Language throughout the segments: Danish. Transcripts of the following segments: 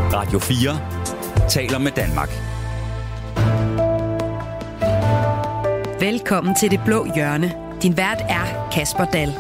Radio 4 taler med Danmark. Velkommen til Det Blå Hjørne. Din vært er Kasper Dahl.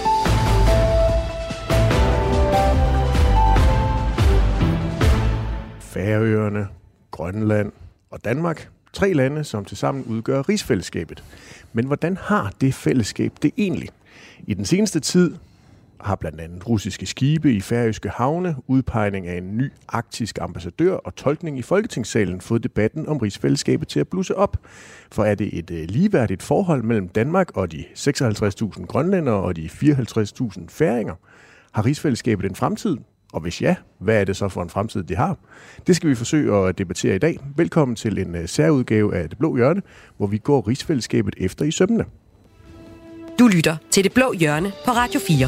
Færøerne, Grønland og Danmark. 3 lande, som tilsammen udgør rigsfællesskabet. Men hvordan har det fællesskab det egentlig? I den seneste tid har blandt andet russiske skibe i færøske havne, udpegning af en ny arktisk ambassadør og tolkning i Folketingssalen fået debatten om rigsfællesskabet til at blusse op. For er det et ligeværdigt forhold mellem Danmark og de 56.000 grønlændere og de 54.000 færinger? Har rigsfællesskabet en fremtid? Og hvis ja, hvad er det så for en fremtid, det har? Det skal vi forsøge at debattere i dag. Velkommen til en særudgave af Det Blå Hjørne, hvor vi går rigsfællesskabet efter i sømmene. Du lytter til Det Blå Hjørne på Radio 4.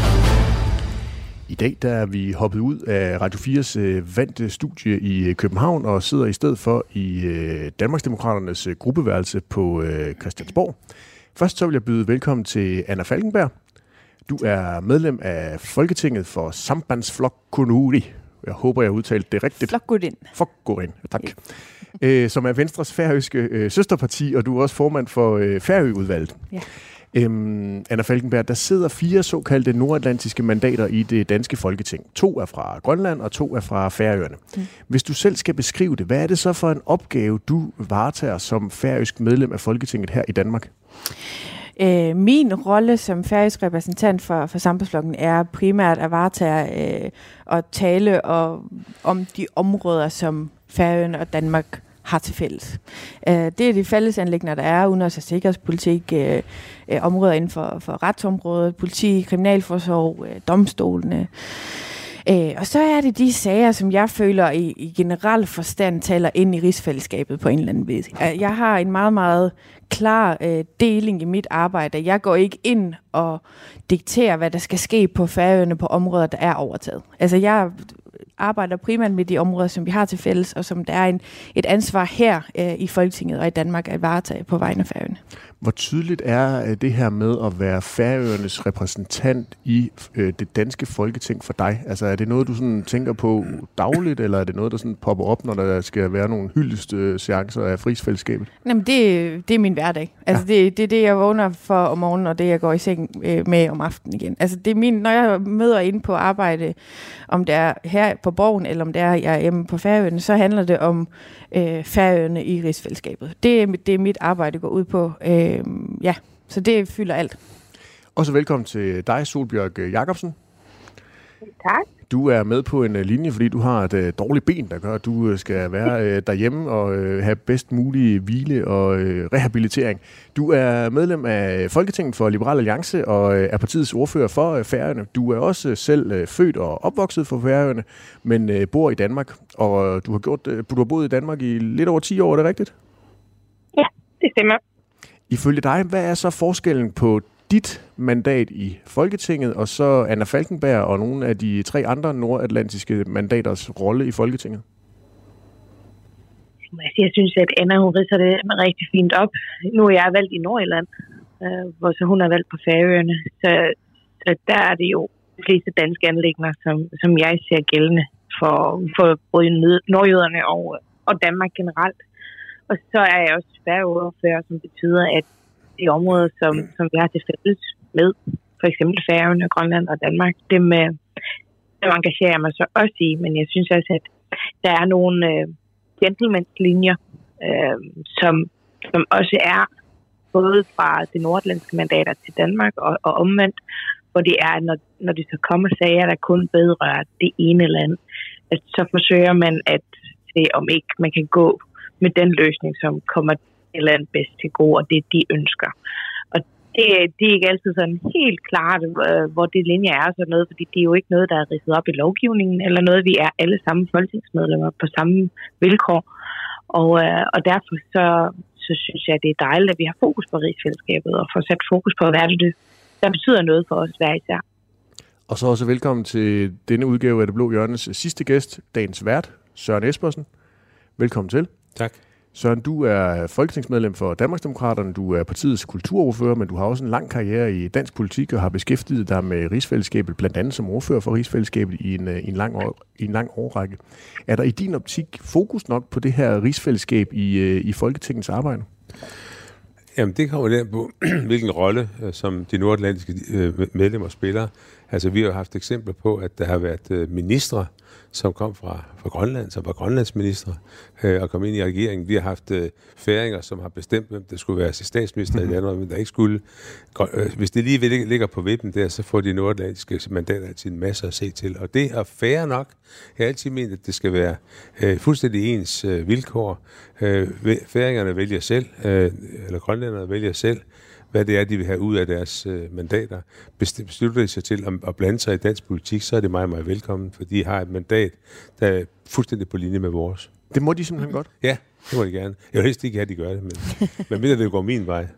I dag der er vi hoppet ud af Radio 4's vante studie i København og sidder i stedet for i Danmarksdemokraternes gruppeværelse på Christiansborg. Først så vil jeg byde velkommen til Anna Falkenberg. Du er medlem af Folketinget for Sambandsflokkurin. Jeg håber, jeg har udtalt det rigtigt. Flokkurin, tak. Som er Venstres færøske søsterparti, og du er også formand for Færøudvalget. Ja. Anna Falkenberg, der sidder 4 såkaldte nordatlantiske mandater i det danske Folketing. 2 er fra Grønland, og 2 er fra Færøerne. Hvis du selv skal beskrive det, hvad er det så for en opgave, du varetager som færøsk medlem af Folketinget her i Danmark? Min rolle som færøsk repræsentant for Sambandsflokken er primært at varetage og tale om de områder, som Færøerne og Danmark har til fælles. Det er de fællesanliggender, der er udenrigs- og sikkerhedspolitik, områder inden for retsområdet, politi, kriminalforsorg, domstolene. Og så er det de sager, som jeg føler i generel forstand taler ind i rigsfællesskabet på en eller anden vis. Jeg har en meget, meget klar deling i mit arbejde. Jeg går ikke ind og dikterer, hvad der skal ske på Færøerne på områder, der er overtaget. Altså jeg arbejder primært med de områder, som vi har til fælles, og som der er et ansvar her i Folketinget og i Danmark at varetage på vegne af Færøerne. Hvor tydeligt er det her med at være Færøernes repræsentant i det danske Folketing for dig? Altså er det noget, du sådan tænker på dagligt, eller er det noget, der sådan popper op, når der skal være nogle hyldestseancer af rigsfællesskabet? Jamen det er min hverdag. Altså ja. Det er det, jeg vågner for om morgenen, og det, jeg går i seng med om aftenen igen. Altså det er når jeg møder ind på arbejde, om det er her på Borgen, eller om det er jeg er hjemme på Færøerne, så handler det om Færøerne i rigsfællesskabet. Det er mit arbejde går ud på. Ja, så det fylder alt. Og så velkommen til dig, Solbjørg Jacobsen. Tak. Du er med på en linje, fordi du har et dårligt ben, der gør, at du skal være derhjemme og have bedst mulig hvile og rehabilitering. Du er medlem af Folketinget for Liberal Alliance og er partiets ordfører for Færøerne. Du er også selv født og opvokset for Færøerne, men bor i Danmark. Og du har boet i Danmark i lidt over 10 år, er det rigtigt? Ja, det stemmer. Ifølge dig, hvad er så forskellen på dit mandat i Folketinget, og så Anna Falkenberg og nogle af de 3 andre nordatlantiske mandaters rolle i Folketinget? Jeg synes, at Anna hun ridser det rigtig fint op. Nu er jeg valgt i Nordjylland, hvor så hun er valgt på Færøerne. Så der er det jo de fleste danske anliggender, som jeg ser gældende for både nordjyderne og Danmark generelt. Og så er jeg også færøordfører, som betyder, at de områder, som vi har til fælles med, for eksempel Færøerne, Grønland og Danmark, dem engagerer jeg mig så også i, men jeg synes også, at der er nogle gentleman's-linjer, som også er både fra de nordatlantiske mandater til Danmark og omvendt, hvor det er, når de så kommer sager, der kun vedrører det ene land, at så forsøger man at se, om ikke man kan gå med den løsning, som kommer et land bedst til gode, og det de ønsker. Og det er ikke altid sådan helt klart, hvor det linje er og sådan noget, fordi det er jo ikke noget, der er ridset op i lovgivningen, eller noget, vi er alle sammen folketingsmedlemmer på samme vilkår. Og derfor så synes jeg, det er dejligt, at vi har fokus på rigsfællesskabet, og får sat fokus på, hvad det der betyder noget for os hver især. Og så også velkommen til denne udgave af Det Blå Hjørnes sidste gæst, dagens vært, Søren Espersen. Velkommen til. Tak. Søren, du er folketingsmedlem for Danmarksdemokraterne, du er partiets kulturordfører, men du har også en lang karriere i dansk politik og har beskæftiget dig med rigsfællesskabet, blandt andet som ordfører for rigsfællesskabet i en lang årrække. Er der i din optik fokus nok på det her rigsfællesskab i Folketingets arbejde? Jamen, det kommer der på, hvilken rolle som de nordatlantiske medlemmer spiller. Altså, vi har jo haft eksempler på, at der har været ministre, som kom fra Grønland, som var grønlandsministre, og kom ind i regeringen. Vi har haft færinger, som har bestemt, hvem der skulle være statsminister i Danmark, men der ikke skulle. Hvis det lige ligger på vippen der, så får de nordatlantiske mandater altid en masse at se til. Og det er fair nok. Jeg har altid ment, at det skal være fuldstændig ens vilkår. Færingerne vælger selv, eller grønlænderne vælger selv, hvad det er, de vil have ud af deres mandater. Beslutter de sig til at blande sig i dansk politik, så er det meget, meget velkommen, for de har et mandat, der er fuldstændig på linje med vores. Det må de simpelthen godt? Ja, det må de gerne. Jeg vil helst ikke have, at de gør det, men hvis det går min vej,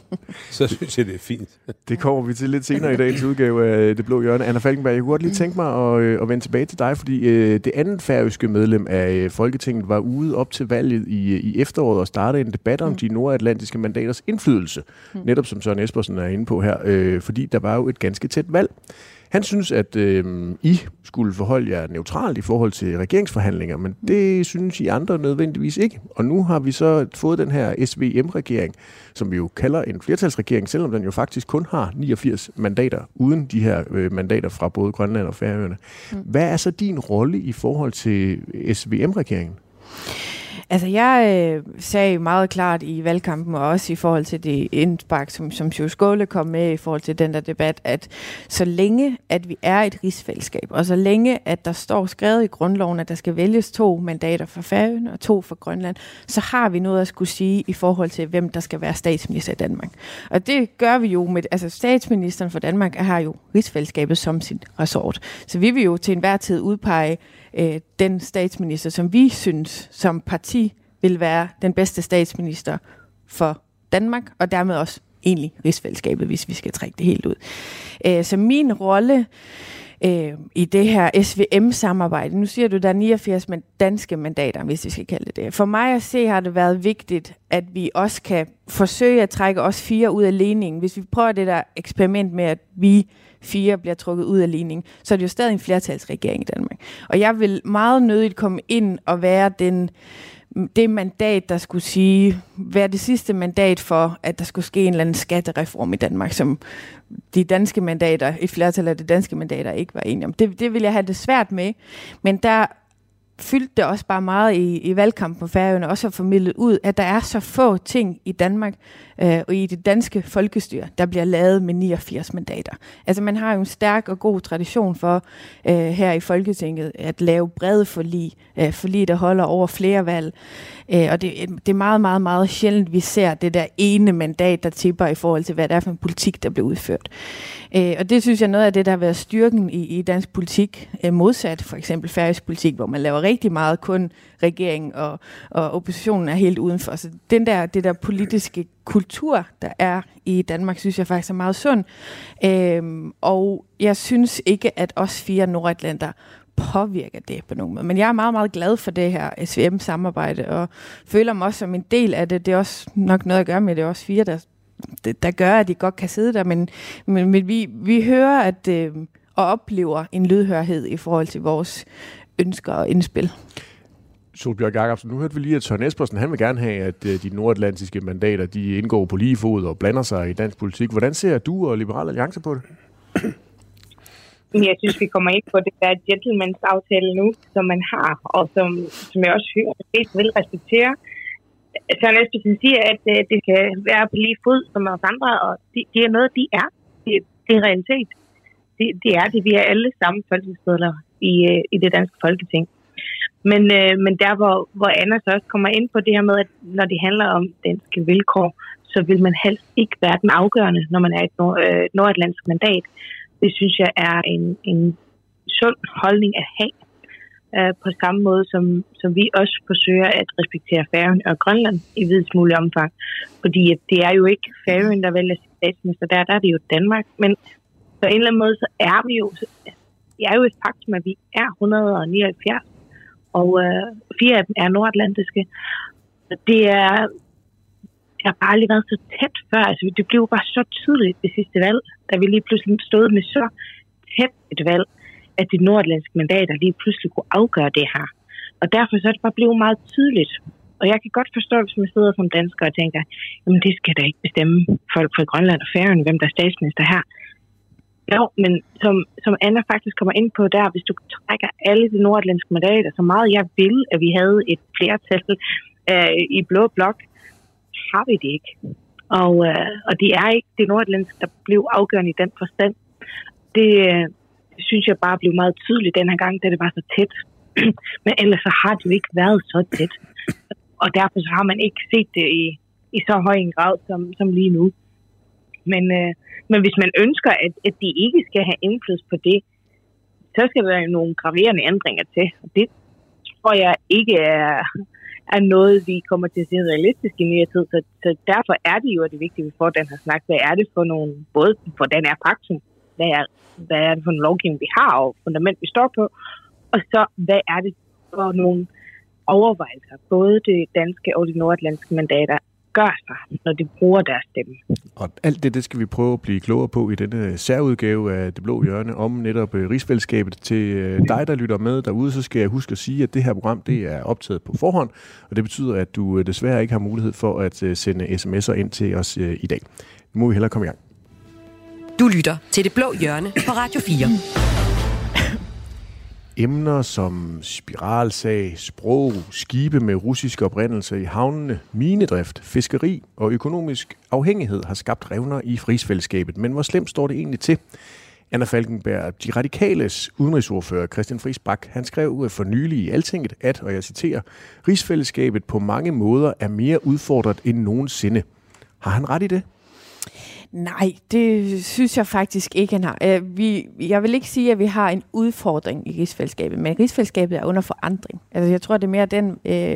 så synes jeg, det er fint. Det kommer vi til lidt senere i dagens udgave af Det Blå Hjørne. Anna Falkenberg, jeg kunne godt lige tænke mig at vende tilbage til dig, fordi det andet færøske medlem af Folketinget var ude op til valget i efteråret og startede en debat om de nordatlantiske mandaters indflydelse. Netop som Søren Espersen er inde på her, fordi der var jo et ganske tæt valg. Han synes, at I skulle forholde jer neutralt i forhold til regeringsforhandlinger, men det synes I andre nødvendigvis ikke. Og nu har vi så fået den her SVM-regering, som vi jo kalder en flertalsregering, selvom den jo faktisk kun har 89 mandater, uden de her mandater fra både Grønland og Færøerne. Hvad er så din rolle i forhold til SVM-regeringen? Altså, jeg sagde meget klart i valgkampen, og også i forhold til det indspark, som Sjø Skåle kom med i forhold til den der debat, at så længe, at vi er et rigsfællesskab, og så længe, at der står skrevet i grundloven, at der skal vælges 2 mandater for Færøerne og 2 for Grønland, så har vi noget at skulle sige i forhold til, hvem der skal være statsminister i Danmark. Og det gør vi jo med, altså statsministeren for Danmark har jo rigsfællesskabet som sit ressort. Så vi vil jo til enhver tid udpege den statsminister, som vi synes som parti vil være den bedste statsminister for Danmark, og dermed også egentlig rigsfællesskabet, hvis vi skal trække det helt ud. Så min rolle i det her SVM-samarbejde, nu siger du, der er 89 danske mandater, hvis vi skal kalde det det. For mig at se, har det været vigtigt, at vi også kan forsøge at trække os 4 ud af ligningen. Hvis vi prøver det der eksperiment med, at vi 4 bliver trukket ud af ligningen, så er det jo stadig en flertalsregering i Danmark. Og jeg vil meget nødigt komme ind og være det mandat, der skulle være det sidste mandat for, at der skulle ske en eller anden skattereform i Danmark, som de danske mandater, et flertal af de danske mandater ikke var enige om. Det vil jeg have det svært med, men der fyldte det også bare meget i valgkampen på Færøerne, også har formidlet ud, at der er så få ting i Danmark og i det danske folkestyre, der bliver lavet med 89 mandater. Altså man har jo en stærk og god tradition for her i Folketinget at lave brede forlig, der holder over flere valg. Og det er meget, meget, meget sjældent, vi ser det der ene mandat, der tipper i forhold til, hvad det er for en politik, der bliver udført. Og det synes jeg er noget af det, der har været styrken i dansk politik, modsat for eksempel færøsk politik, hvor man laver rigtig meget kun regeringen, og oppositionen er helt udenfor. Så det der politiske kultur, der er i Danmark, synes jeg faktisk er meget sund. Og jeg synes ikke, at os 4 nordatlanter påvirker det på nogen måde. Men jeg er meget, meget glad for det her SVM-samarbejde, og føler mig også som en del af det. Det er også nok noget at gøre med, det er også 4, der gør, at de godt kan sidde der, men vi hører og oplever en lydhørhed i forhold til vores ønsker og indspil. Solbjørg Jacobsen, nu hørte vi lige, at Søren Espersen, han vil gerne have, at de nordatlantiske mandater, de indgår på lige fod og blander sig i dansk politik. Hvordan ser du og Liberal Alliance på det? Jeg synes, vi kommer ind på det der gentleman's aftale nu, som man har, og som jeg også hører, at det vil respektere. Søren Espersen siger, at det skal være på lige fod som os andre, og det er noget, de er. Det er realitet. Det er det. Vi er alle sammen folketingsmedlemmer i det danske folketing. Men der, hvor Anna så også kommer ind på det her med, at når det handler om danske vilkår, så vil man helst ikke være den afgørende, når man er et nordatlantisk mandat. Det synes jeg er en sund holdning at have, på samme måde som vi også forsøger at respektere Færøerne og Grønland i videst mulig omfang. Fordi det er jo ikke Færøerne, der vælger sin statsminister, der er det jo Danmark. Men på en eller anden måde, så er vi jo, det er jo et faktum, at vi er 179, og 4 af dem er nordatlantiske. Det har bare aldrig været så tæt før. Altså, det blev bare så tydeligt det sidste valg, da vi lige pludselig stod med så tæt et valg, at de nordatlantiske mandater lige pludselig kunne afgøre det her. Og derfor så er det bare blevet meget tydeligt. Og jeg kan godt forstå, hvis man sidder som dansker og tænker, jamen det skal da ikke bestemme folk fra Grønland og Færøerne, hvem der er statsminister her. Jo, men som Anna faktisk kommer ind på der, hvis du trækker alle de nordatlantiske mandater, så meget jeg vil, at vi havde et flertal i blå blok, har vi det ikke. Og det er ikke det nordatlantiske, der blev afgørende i den forstand. Det synes jeg bare blev meget tydeligt den her gang, da det var så tæt. Men ellers så har det jo ikke været så tæt. Og derfor så har man ikke set det i så høj en grad som lige nu. Men hvis man ønsker, at de ikke skal have indflydelse på det, så skal der jo nogle graverende ændringer til. Og det tror jeg ikke er noget, vi kommer til at se realistisk i nyere tid. Så derfor er det jo det vigtige, at vi får den her snak. Hvad er det for nogle, både hvordan er praksen, hvad er det for en lovgivning, vi har, og fundament, vi står på, og så hvad er det for nogle overvejelser, både det danske og de nordatlantiske mandater gør sig, når de bruger deres stemme. Og alt det skal vi prøve at blive klogere på i denne særudgave af Det Blå Hjørne om netop rigsfællesskabet. Til dig, der lytter med derude, så skal jeg huske at sige, at det her program det er optaget på forhånd, og det betyder, at du desværre ikke har mulighed for at sende sms'er ind til os i dag. Nu må vi hellere komme i gang. Du lytter til Det Blå Hjørne på Radio 4. Emner som spiralsag, sprog, skibe med russisk oprindelse i havnene, minedrift, fiskeri og økonomisk afhængighed har skabt revner i rigsfællesskabet. Men hvor slemt står det egentlig til? Anna Falkenberg, de radikales udenrigsordfører Christian Friis Bach, han skrev for nylig i Altinget, at, og jeg citerer, rigsfællesskabet på mange måder er mere udfordret end nogensinde. Har han ret i det? Nej, det synes jeg faktisk ikke, han har. Jeg vil ikke sige, at vi har en udfordring i rigsfællesskabet, men rigsfællesskabet er under forandring. Altså, jeg tror, det er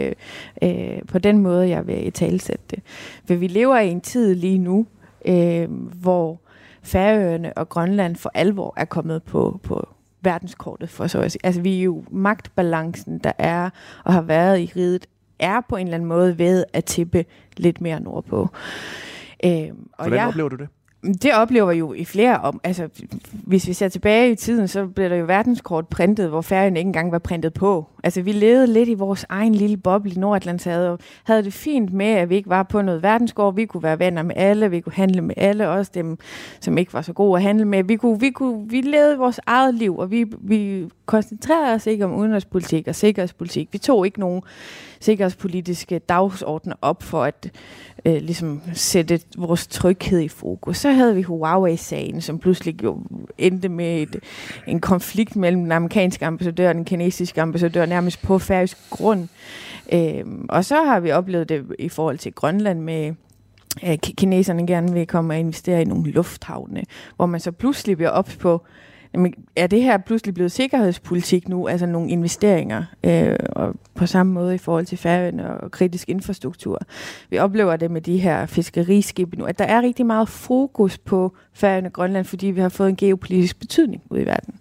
mere på den måde, jeg vil italesætte det. For vi lever i en tid lige nu, hvor Færøerne og Grønland for alvor er kommet på verdenskortet, for så at sige. Altså, vi er jo magtbalancen, der er og har været i riget, er på en eller anden måde ved at tippe lidt mere nordpå. Hvordan oplever du det? Det oplever jo i flere altså hvis vi ser tilbage i tiden, så blev der jo verdenskort printet, hvor Færøerne ikke engang var printet på. Altså vi levede lidt i vores egen lille boble i Nordatlanten, og havde det fint med, at vi ikke var på noget verdenskort. Vi kunne være venner med alle, vi kunne handle med alle, også dem, som ikke var så gode at handle med. Vi levede vores eget liv, og vi koncentrerede os ikke om udenrigspolitik og sikkerhedspolitik. Vi tog ikke nogen sikkerhedspolitiske dagsordner op for at ligesom sætte vores tryghed i fokus. Så havde vi Huawei-sagen, som pludselig endte med en konflikt mellem den amerikanske ambassadør og den kinesiske ambassadør, nærmest på færøsk grund. Og så har vi oplevet det i forhold til Grønland med kineserne gerne vil komme og investere i nogle lufthavne, hvor man så pludselig bliver ops på, er det her pludselig blevet sikkerhedspolitik nu, altså nogle investeringer, og på samme måde i forhold til Færøerne og kritisk infrastruktur. Vi oplever det med de her fiskeriskibe nu, at der er rigtig meget fokus på Færøerne og Grønland, fordi vi har fået en geopolitisk betydning ude i verden.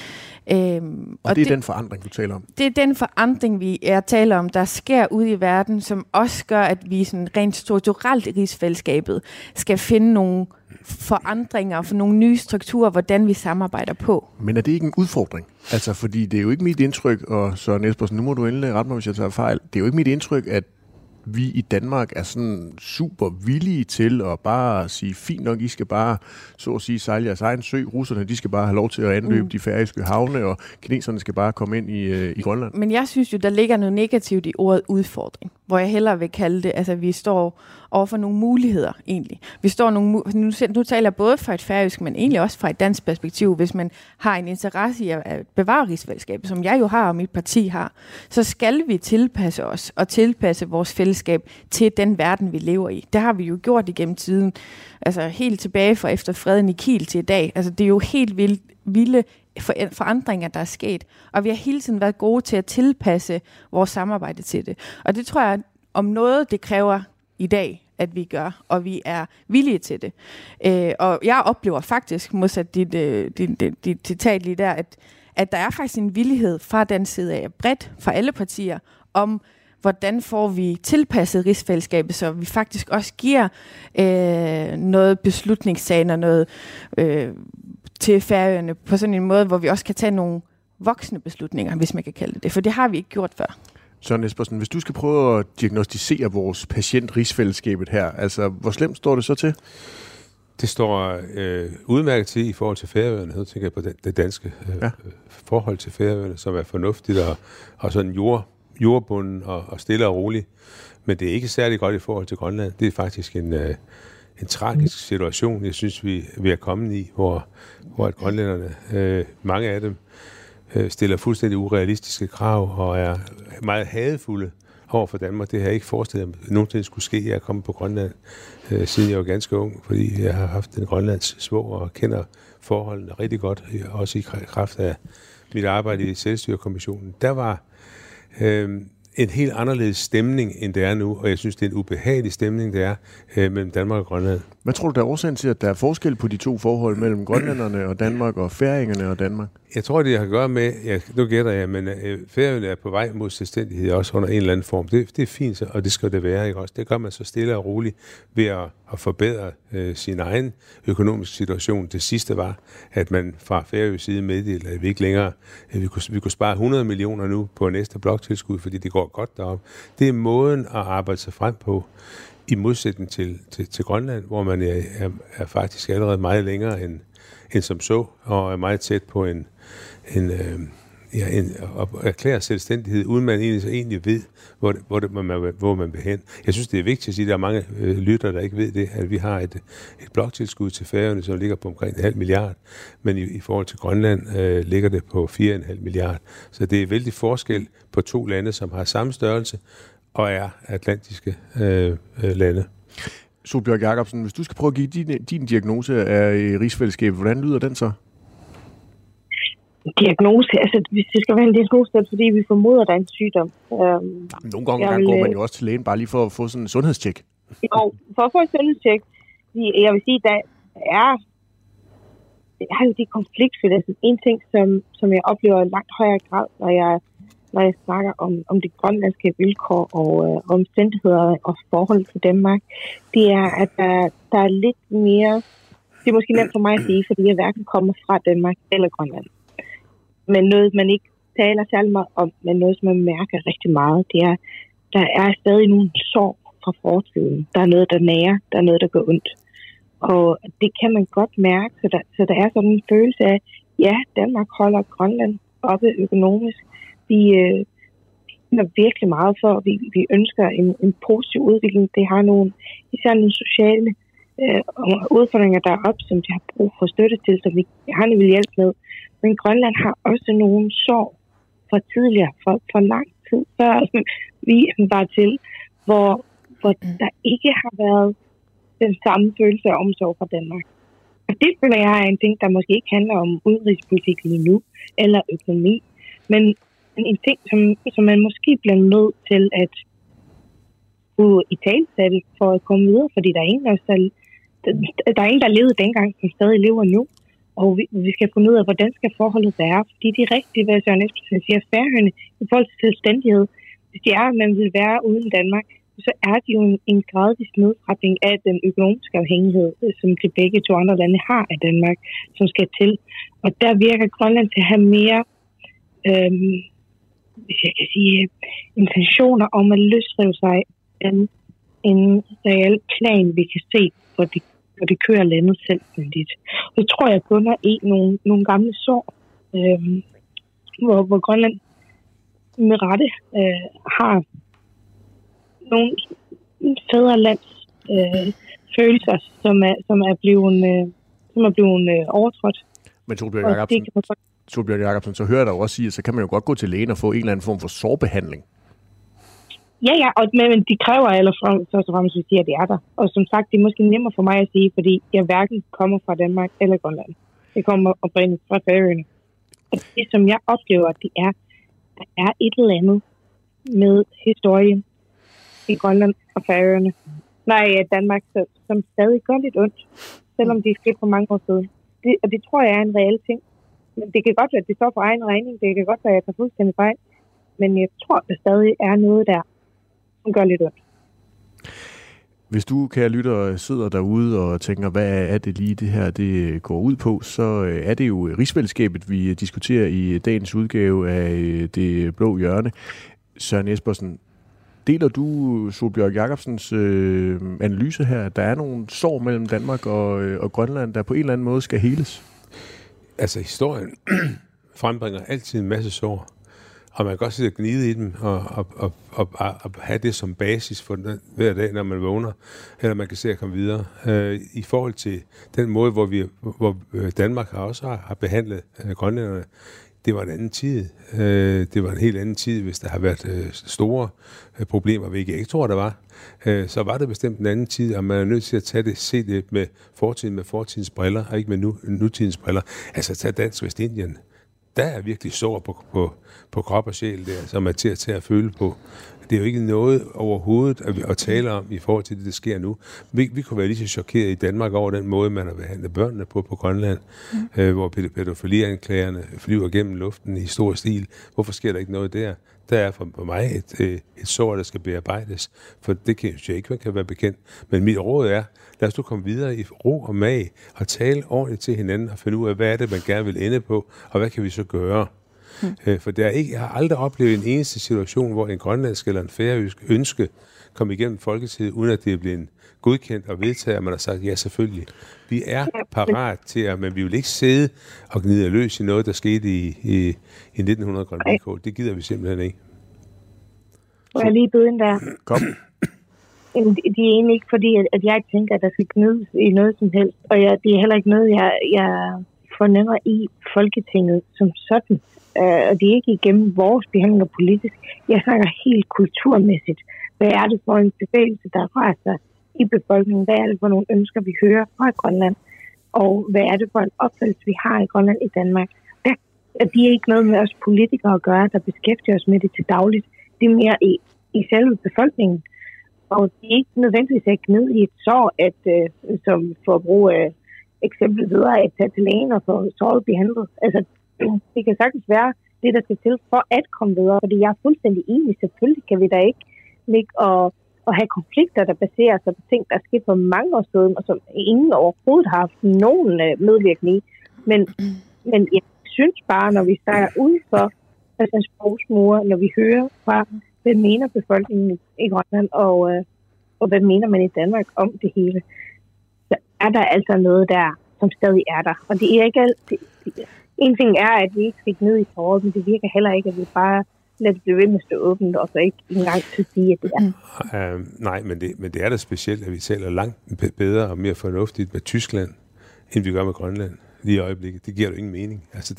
Og det er den forandring, du taler om? Det er den forandring, vi taler om, der sker ude i verden, som også gør, at vi sådan rent strukturelt i rigsfællesskabet skal finde nogle forandringer og for nogle nye strukturer, hvordan vi samarbejder på. Men er det ikke en udfordring? Altså, fordi det er jo ikke mit indtryk, og Søren Espersen, nu må du endelig rette mig, hvis jeg tager fejl. Det er jo ikke mit indtryk, at vi i Danmark er sådan super villige til at bare sige, fint nok, I skal bare, så at sige, sejle jeres egen sø. Russerne, de skal bare have lov til at anløbe de færøske havne, og kineserne skal bare komme ind i Grønland. Men jeg synes jo, der ligger noget negativt i ordet udfordring, hvor jeg hellere vil kalde det, altså vi står over for nogle muligheder egentlig. Vi står nu taler jeg både fra et færøsk, men egentlig også fra et dansk perspektiv. Hvis man har en interesse i at bevare rigsfællesskabet, som jeg jo har og mit parti har, så skal vi tilpasse os og tilpasse vores fællesskab til den verden, vi lever i. Det har vi jo gjort igennem tiden. Altså helt tilbage fra efter freden i Kiel til i dag. Altså det er jo helt vilde forandringer, der er sket. Og vi har hele tiden været gode til at tilpasse vores samarbejde til det. Og det tror jeg, om noget, det kræver i dag, at vi gør, og vi er villige til det. Og jeg oplever faktisk, modsat dit citat lige der, at der er faktisk en villighed fra den side af bredt, fra alle partier, om hvordan får vi tilpasset rigsfællesskabet, så vi faktisk også giver noget beslutningssagen og noget til Færøerne på sådan en måde, hvor vi også kan tage nogle voksne beslutninger, hvis man kan kalde det. For det har vi ikke gjort før. Søren Espersen, hvis du skal prøve at diagnostisere vores patient-rigsfællesskabet her, altså hvor slemt står det så til? Det står udmærket til i forhold til Færøerne. Jeg tænker på det danske forhold til Færøerne, som er fornuftigt og sådan jordbunden og stille og roligt. Men det er ikke særlig godt i forhold til Grønland. Det er faktisk en tragisk situation, jeg synes, vi er kommet i, hvor at grønlænderne, mange af dem, stiller fuldstændig urealistiske krav og er meget hadefulde over for Danmark. Det har jeg ikke forestillet mig, at nogensinde skulle ske. Jeg er kommet på Grønland, siden jeg var ganske ung, fordi jeg har haft en grønlands svoger og kender forholdene rigtig godt, også i kraft af mit arbejde i Selvstyrekommissionen. Der var en helt anderledes stemning, end det er nu, og jeg synes, det er en ubehagelig stemning, det er mellem Danmark og Grønland. Hvad tror du, der er årsagen til, at der er forskel på de to forhold mellem grønlænderne og Danmark og færingerne og Danmark? Jeg tror, det har at gøre med, nu gætter jeg, men Færøerne er på vej mod selvstændighed også under en eller anden form. Det er fint, og det skal det være, ikke også? Det gør man så stille og roligt ved at forbedre sin egen økonomiske situation. Det sidste var, at man fra Færøs side meddelte, at vi ikke længere, vi kunne spare 100 millioner nu på næste bloktilskud, fordi det går godt derop. Det er måden at arbejde sig frem på, i modsætning til Grønland, hvor man er faktisk allerede meget længere end som så, og er meget tæt på en erklæret selvstændighed, uden man egentlig ved, hvor man vil hen. Jeg synes, det er vigtigt at sige, at der er mange lyttere, der ikke ved det, at vi har et bloktilskud til Færøerne, som ligger på omkring 0,5 milliard, men i forhold til Grønland ligger det på 4,5 milliard. Så det er vældig forskel på to lande, som har samme størrelse og er atlantiske lande. Sólbjørg Jacobsen, hvis du skal prøve at give din diagnose af rigsfællesskabet, hvordan lyder den så? Diagnose? Altså, hvis det skal være en diagnose, så er det fordi, vi formoder, der er en sygdom. Nogle gange går man jo også til lægen, bare lige for at få sådan en sundhedstjek. Jo, for at få en sundhedstjek. Jeg vil sige, der er jo de konfliktfælder. En ting, som jeg oplever i langt højere grad, når jeg snakker om de grønlandske vilkår og omstændigheder og forhold til Danmark, det er, at der er lidt mere. Det er måske nemt for mig at sige, fordi jeg hverken kommer fra Danmark eller Grønland. Men noget, man ikke taler særlig meget om, men noget, som man mærker rigtig meget, det er, der er stadig nogle sorg fra fortiden. Der er noget, der nærer, der er noget, der går ondt. Og det kan man godt mærke, så der er sådan en følelse af, ja, Danmark holder Grønland oppe økonomisk. Vi er virkelig meget for, at vi ønsker en positiv udvikling. Det har især nogle sociale udfordringer, der er op, som de har brug for støtte til, som vi gerne vil hjælpe med. Men Grønland har også nogle sorg for tidligere, for lang tid før vi var til, hvor der ikke har været den samme følelse af omsorg fra Danmark. Og det føler jeg er en ting, der måske ikke handler om udenrigspolitik lige nu, eller økonomi, men en ting, som man måske bliver nødt til at kunne italesætte for at komme videre, fordi der er ingen, der levede dengang, som stadig lever nu. Og vi skal finde ud af, hvordan skal forholdet være. Fordi det er rigtigt, hvad Søren Espersen siger, Færøerne i forhold til selvstændighed. Hvis de er, at man vil være uden Danmark, så er det jo en gradvis nedretning af den økonomiske afhængighed, som de begge to andre lande har af Danmark, som skal til. Og der virker Grønland til at have mere, hvis jeg kan sige, intentioner om at løsrive sig en reel plan, vi kan se, hvor det kører landet selvstændigt. Og det tror jeg bunder i nogle gamle sår, hvor Grønland med rette har nogle fædrelands følelser, som er blevet overtrådt. Men Sólbjørg Jacobsen, så hører jeg dig også sige, at så kan man jo godt gå til lægen og få en eller anden form for sårbehandling. Ja, men de kræver først og fremmest, at de er der. Og som sagt, det er måske nemmere for mig at sige, fordi jeg hverken kommer fra Danmark eller Grønland. Jeg kommer oprindeligt fra Færøerne. Og det, som jeg oplever, det er, der er et eller andet med historien i Grønland og Færøerne. Danmark, som stadig gør lidt ondt, selvom det er sket for mange år siden. Og det tror jeg er en reel ting. Men det kan godt være, at det står for egen regning. Det kan godt være, at jeg tager fuldstændig fejl. Men jeg tror, der stadig er noget der. som gør lidt ondt. Hvis du, kære lytter, sidder derude og tænker, hvad er det lige det her, det går ud på, så er det jo rigsfællesskabet, vi diskuterer i dagens udgave af Det Blå Hjørne. Søren Espersen, deler du Sólbjørg Jacobsens analyse her, at der er nogle sår mellem Danmark og Grønland, der på en eller anden måde skal heles? Altså, historien frembringer altid en masse sår. Og man kan godt sidde og gnide i dem og have det som basis for den, hver dag, når man vågner, eller man kan se at komme videre. I forhold til den måde, hvor Danmark også har behandlet grønlænderne, det var en anden tid. Det var en helt anden tid, hvis der har været store problemer, hvilket jeg ikke tror, der var. Så var det bestemt en anden tid, og man er nødt til at se det med fortidens briller, og ikke med nutidens briller. Altså tage Dansk Vestindien. Der er virkelig sår på krop og sjæl der, som er til at føle på. Det er jo ikke noget overhovedet at tale om i forhold til det, der sker nu. Vi kunne være lige så chokeret i Danmark over den måde, man har behandlet børnene på Grønland, hvor pædofilianklagerne flyver gennem luften i stor stil. Hvorfor sker der ikke noget der? Der er for mig et sår, der skal bearbejdes, for det kan jeg ikke, man kan være bekendt. Men mit råd er, lad os nu komme videre i ro og mag og tale ordentligt til hinanden og finde ud af, hvad er det, man gerne vil ende på, og hvad kan vi så gøre? For jeg har aldrig oplevet en eneste situation, hvor en grønlandsk eller en færøsk ønske kom igennem Folketinget, uden at det er blevet godkendt og vedtaget, og man har sagt, ja, selvfølgelig. Vi er parat til at, men vi vil ikke sidde og gnide løs i noget, der skete i 1900 Grønlandskål. Det gider vi simpelthen ikke. Må jeg lige byde ind der? Kom. Det er egentlig ikke fordi, at jeg tænker, at der skal gnides i noget som helst. Og det er heller ikke noget, jeg fornemmer i Folketinget som sådan. Og det er ikke igennem vores behandlinger politisk. Jeg snakker helt kulturmæssigt. Hvad er det for en bevægelse, der rejser i befolkningen? Hvad er det for nogle ønsker, vi hører fra Grønland? Og hvad er det for en opfattelse, vi har i Grønland i Danmark? Det er ikke noget med os politikere at gøre, der beskæftiger os med det til dagligt. Det er mere i selve befolkningen. Og det er ikke nødvendigvis at gnide i et sår, at, som for at bruge eksempel videre, at tage til lægen og få såret behandlet. Altså, det kan sagtens være det, der skal til for at komme videre. Fordi jeg er fuldstændig enig. Selvfølgelig kan vi da ikke ligge og have konflikter, der baserer sig på ting, der er sket for mange år siden, og som ingen overhovedet har haft nogen medvirkning i. Men jeg synes bare, når vi starter ud for sprogsmure, når vi hører fra, hvad mener befolkningen i Grønland, og hvad mener man i Danmark om det hele, så er der altså noget der, som stadig er der. Og det er ikke altid. En ting er, at vi ikke skal ned i foråret, men det virker heller ikke, at vi bare lader det blive ved med at stå åbent, og så ikke engang til sige, at det er. Nej, men det er da specielt, at vi taler langt bedre og mere fornuftigt med Tyskland, end vi gør med Grønland lige i øjeblikket. Det giver jo ingen mening. Altså,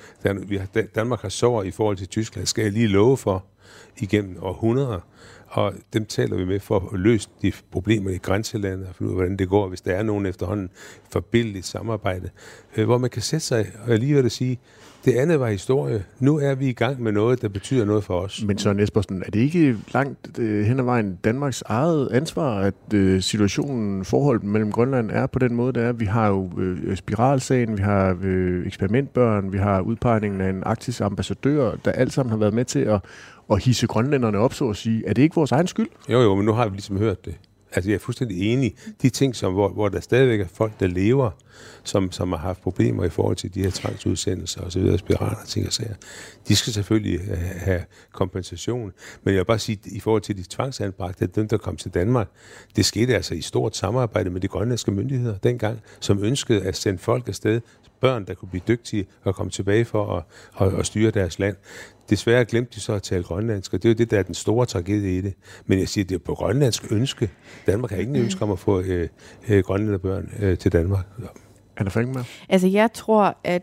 Danmark har sår i forhold til Tyskland, skal jeg lige love for, igennem århundreder. Og dem taler vi med for at løse de problemer i grænselandet og finde ud af, hvordan det går, hvis der er nogen efterhånden forbilligt samarbejde, hvor man kan sætte sig og lige at sige, det andet var historie. Nu er vi i gang med noget, der betyder noget for os. Men Søren Espersen, er det ikke langt hen ad vejen Danmarks eget ansvar, at situationen, forholdet mellem Grønland er på den måde, der er? Vi har jo spiralsagen, vi har eksperimentbørn, vi har udpegningen af en arktisk ambassadør, der alt sammen har været med til at hisse grønlænderne op, så at sige. Er det ikke vores egen skyld? Jo, men nu har vi ligesom hørt det. Altså, jeg er fuldstændig enig. De ting, hvor der stadigvæk er folk, der lever, som har haft problemer i forhold til de her tvangsudsendelser og så videre, spiraler, ting og sager, de skal selvfølgelig have kompensation. Men jeg vil bare sige, i forhold til de tvangsanbragte, dem, der kom til Danmark, det skete altså i stort samarbejde med de grønlandske myndigheder dengang, som ønskede at sende folk afsted, børn, der kunne blive dygtige og komme tilbage for at styre deres land. Desværre glemte de så at tale grønlandsk, og det er jo det, der er den store tragedie i det. Men jeg siger, det er på grønlandsk ønske. Danmark har ingen ønske om at få grønlænderbørn til Danmark. Anna Falkenberg? Altså, jeg tror, at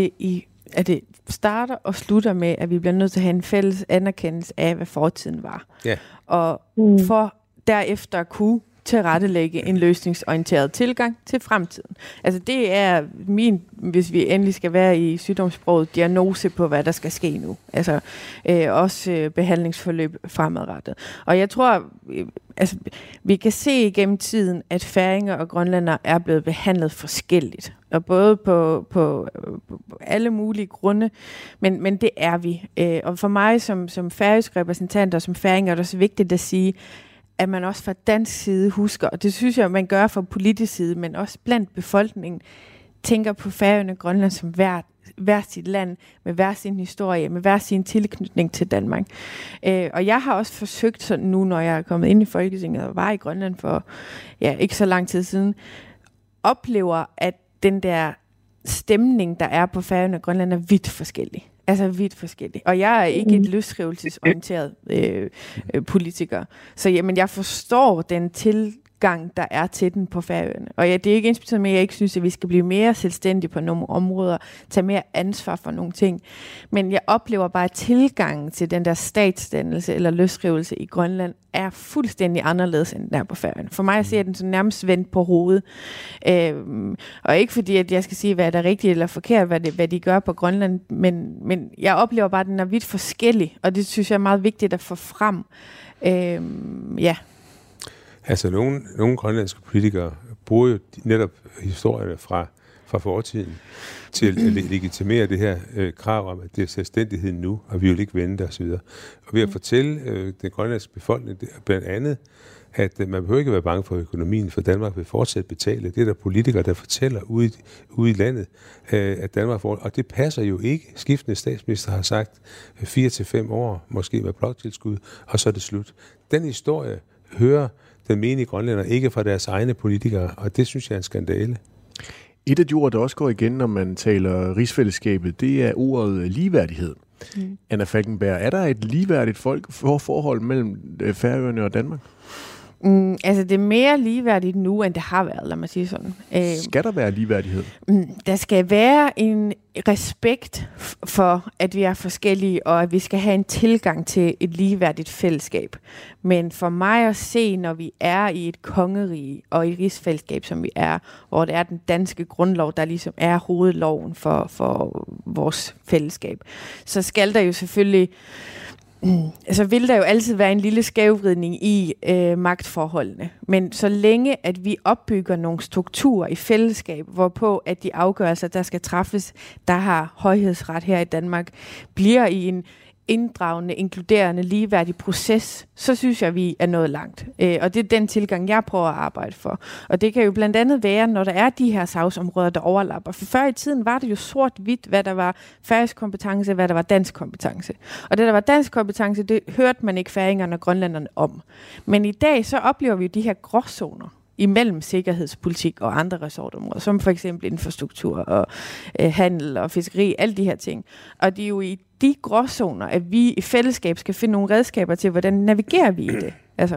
det starter og slutter med, at vi bliver nødt til at have en fælles anerkendelse af, hvad fortiden var. Ja. Og for derefter at kunne tilrettelægge en løsningsorienteret tilgang til fremtiden. Altså det er min, hvis vi endelig skal være i sygdomssproget, diagnose på, hvad der skal ske nu. Altså også behandlingsforløb fremadrettet. Og jeg tror, vi kan se igennem tiden, at færinger og grønlændere er blevet behandlet forskelligt. Og både på alle mulige grunde, men det er vi. Og for mig som færøsk repræsentant og som færinger er det også vigtigt at sige, at man også fra dansk side husker, og det synes jeg, man gør fra politisk side, men også blandt befolkningen, tænker på Færøerne og Grønland som hver sit land, med hver sin historie, med hver sin tilknytning til Danmark. Og jeg har også forsøgt sådan nu, når jeg er kommet ind i Folketinget og var i Grønland for ikke så lang tid siden, oplever, at den der stemning, der er på Færøerne og Grønland, er vidt forskellig. Altså vidt forskellig. Og jeg er ikke et løsrivelsesorienteret politiker. Så jamen, jeg forstår den tilgang, der er til den på Færøerne. Og det er ikke ensbetydende med, at jeg ikke synes, at vi skal blive mere selvstændige på nogle områder, tage mere ansvar for nogle ting. Men jeg oplever bare, at tilgangen til den der statsdannelse eller løsrivelse i Grønland er fuldstændig anderledes, end den er på Færøerne. For mig ser den så nærmest vendt på hovedet. Og ikke fordi, at jeg skal sige, hvad der er rigtigt eller forkert, hvad de gør på Grønland, men jeg oplever bare, at den er vidt forskellig, og det synes jeg er meget vigtigt at få frem. Altså, nogle grønlandske politikere bruger jo netop historierne fra fortiden til at legitimere det her krav om, at det er selvstændighed nu, og vi vil ikke vente osv. Og ved at fortælle den grønlandske befolkning blandt andet, at man behøver ikke være bange for økonomien, for Danmark vil fortsat betale. Det er der politikere, der fortæller ude i landet, at Danmark får. Og det passer jo ikke. Skiftende statsminister har sagt 4 til 5 år, måske med bloktilskud, og så er det slut. Den historie hører den menige grønlænder ikke fra deres egne politikere, og det synes jeg er en skandale. Et af de ord, der også går igen, når man taler rigsfællesskabet, det er ordet ligeværdighed. Anna Falkenberg, er der et ligeværdigt forhold mellem Færøerne og Danmark? Altså, det er mere ligeværdigt nu, end det har været, lad mig sige sådan. Skal der være ligeværdighed? Der skal være en respekt for, at vi er forskellige, og at vi skal have en tilgang til et ligeværdigt fællesskab. Men for mig at se, når vi er i et kongerige og i et rigsfællesskab, som vi er, hvor det er den danske grundlov, der ligesom er hovedloven for vores fællesskab, så skal der jo selvfølgelig så vil der jo altid være en lille skævvridning i magtforholdene. Men så længe, at vi opbygger nogle strukturer i fællesskab, hvorpå at de afgørelser, der skal træffes, der har højhedsret her i Danmark, bliver i en inddragende, inkluderende, ligeværdig proces, så synes jeg, vi er nået langt. Og det er den tilgang, jeg prøver at arbejde for. Og det kan jo blandt andet være, når der er de her sagsområder, der overlapper. For før i tiden var det jo sort-hvidt, hvad der var færøsk kompetence, hvad der var dansk kompetence. Og det, der var dansk kompetence, det hørte man ikke færingerne og grønlænderne om. Men i dag, så oplever vi jo de her gråzoner imellem sikkerhedspolitik og andre ressortområder, som for eksempel infrastruktur og handel og fiskeri, alle de her ting. Og det er jo i de gråzoner, at vi i fællesskab skal finde nogle redskaber til, hvordan navigerer vi i det. Altså,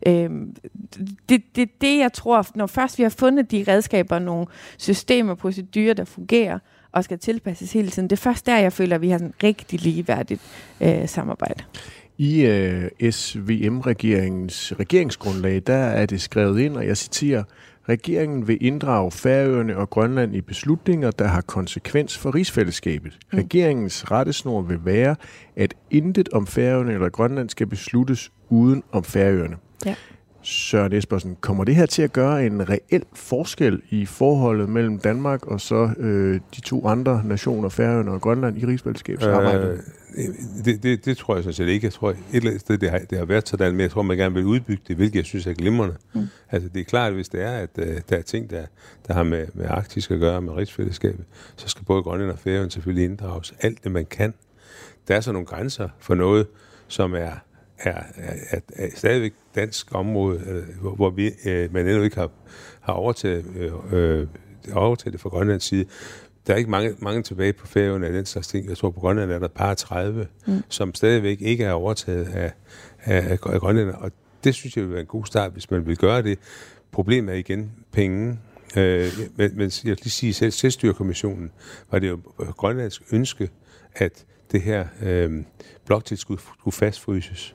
det jeg tror, når først vi har fundet de redskaber, nogle systemer og procedurer, der fungerer og skal tilpasses hele tiden, det er først der, jeg føler, at vi har sådan rigtig ligeværdigt samarbejde. I SVM-regeringens regeringsgrundlag, der er det skrevet ind, og jeg citerer, regeringen vil inddrage Færøerne og Grønland i beslutninger, der har konsekvens for rigsfællesskabet. Regeringens rettesnor vil være, at intet om Færøerne eller Grønland skal besluttes uden om Færøerne. Ja. Søren Espersen, kommer det her til at gøre en reel forskel i forholdet mellem Danmark og så de to andre nationer, Færøerne og Grønland, i rigsfællesskabsarbejdet? Det tror jeg sådan set ikke. Jeg tror et eller andet sted, det har været sådan, men jeg tror, man gerne vil udbygge det, hvilket jeg synes er glimrende. Altså det er klart, hvis det er, at der er ting, der har med Arktis at gøre, med rigsfællesskabet, så skal både Grønland og Færøerne selvfølgelig inddrages. Alt det, man kan. Der er så nogle grænser for noget, som er stadigvæk dansk område, hvor man endnu ikke har overtaget det fra Grønlands side. Der er ikke mange tilbage på Færøerne af den slags ting. Jeg tror, på Grønland er der par 30, som stadigvæk ikke er overtaget af Grønland. Og det synes jeg vil være en god start, hvis man vil gøre det. Problemet er igen penge. Men jeg vil lige sige, selv Selvstyrekommissionen var det jo Grønlands ønske, at det her bloktilskud skulle fastfryses.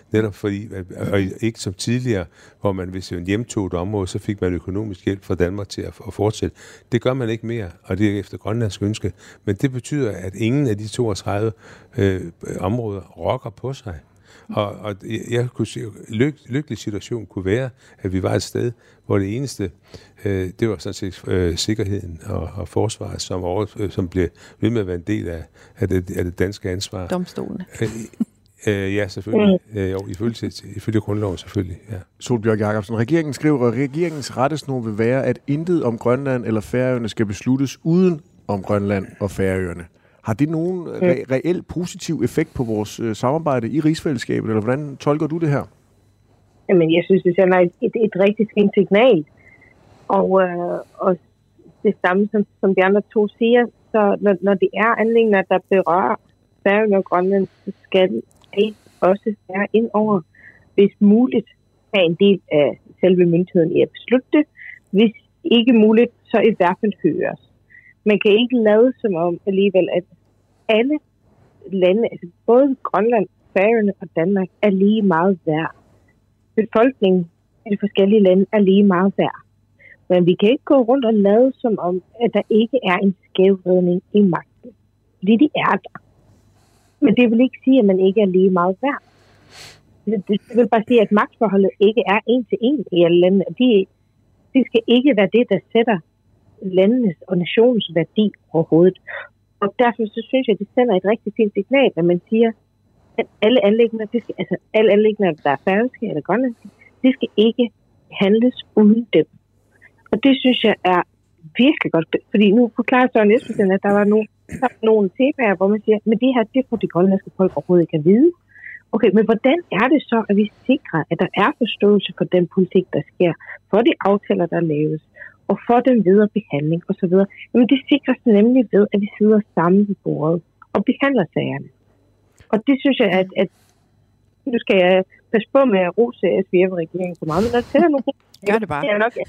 Netop fordi, og ikke som tidligere, hvor man, hvis man hjemtog et område, så fik man økonomisk hjælp fra Danmark til at fortsætte. Det gør man ikke mere, og det er efter grønlandsk ønske. Men det betyder, at ingen af de 32 områder rokker på sig. Og jeg kunne se, lykkelig situation kunne være, at vi var et sted, hvor det eneste, det var sådan set sikkerheden og forsvaret, som blev ved med at være en del af det danske ansvar. Domstolene. Ja, selvfølgelig. Jo, ifølge grundloven selvfølgelig, ja. Sólbjørg Jacobsen, regeringen skriver, at regeringens rettesnor vil være, at intet om Grønland eller Færøerne skal besluttes uden om Grønland og Færøerne. Har det nogen reel positiv effekt på vores samarbejde i rigsfællesskabet, eller hvordan tolker du det her? Jamen, jeg synes, det sender et rigtig fint signal. Og det samme, som de andre to siger, så når det er anliggender, der berører Færøerne og Grønland, så skal det også være ind over, hvis muligt, have en del af selve myndigheden i at beslutte det. Hvis ikke muligt, så i hvert fald høres. Man kan ikke lade som om alligevel, at alle lande, altså både Grønland, Færøerne og Danmark, er lige meget værd. Befolkningen i de forskellige lande er lige meget værd. Men vi kan ikke gå rundt og lade som om, at der ikke er en skævvridning i magten. Fordi de er der. Men det vil ikke sige, at man ikke er lige meget værd. Det vil bare sige, at magtforholdet ikke er en til en i alle landene. Det skal ikke være det, der sætter landenes og nationens værdi overhovedet. Og derfor så synes jeg, at det sender et rigtig fint signal, at man siger, at alle anliggender, der er færøske eller grønlandske, det skal ikke handles uden dem. Og det synes jeg er virkelig godt, fordi nu forklarer Søren Espersen, at der var nogle temaer, hvor man siger, men det her, det får de grønlandske folk overhovedet ikke at vide. Okay, men hvordan er det så, at vi sikrer, at der er forståelse for den politik, der sker, for de aftaler, der laves, og for den videre behandling osv.? Jamen det sikres nemlig ved, at vi sidder sammen ved bordet og behandler sagerne. Og det synes jeg, at nu skal jeg passe på med at rose SVF-regeringen så meget, men der tæller nogle... Gør det bare.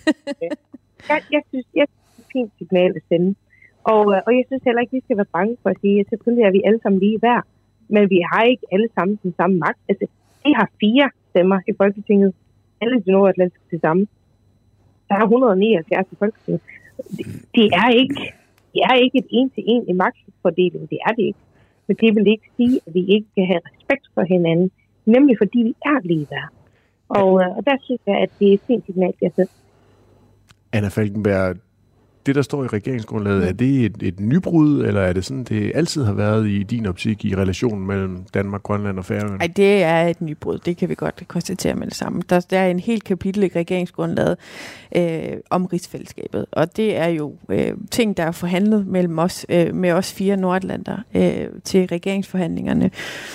Jeg synes, det er et fint signal at sende. Og jeg synes heller ikke, vi skal være bange for at sige, at selvfølgelig er vi alle sammen lige værd, men vi har ikke alle sammen den samme magt. Altså, vi har 4 stemmer i Folketinget. Alle de nordatlantiske til sammen. Der er 179 i Folketinget. Det er ikke et en-til-en i magtfordeling. Det er det ikke. Men det vil ikke sige, at vi ikke skal have respekt for hinanden. Nemlig fordi vi er lige værd. Og der synes jeg, at det er et fint signal, jeg synes. Anna Falkenberg, det der står i regeringsgrundlaget, er det et nybrud, eller er det sådan, det altid har været i din optik i relationen mellem Danmark, Grønland og Færøerne? Nej, det er et nybrud. Det kan vi godt konstatere med det samme. Der er en helt kapitel i regeringsgrundlaget om rigsfællesskabet, og det er jo ting, der er forhandlet mellem os, med os 4 nordatlanter til regeringsforhandlingerne,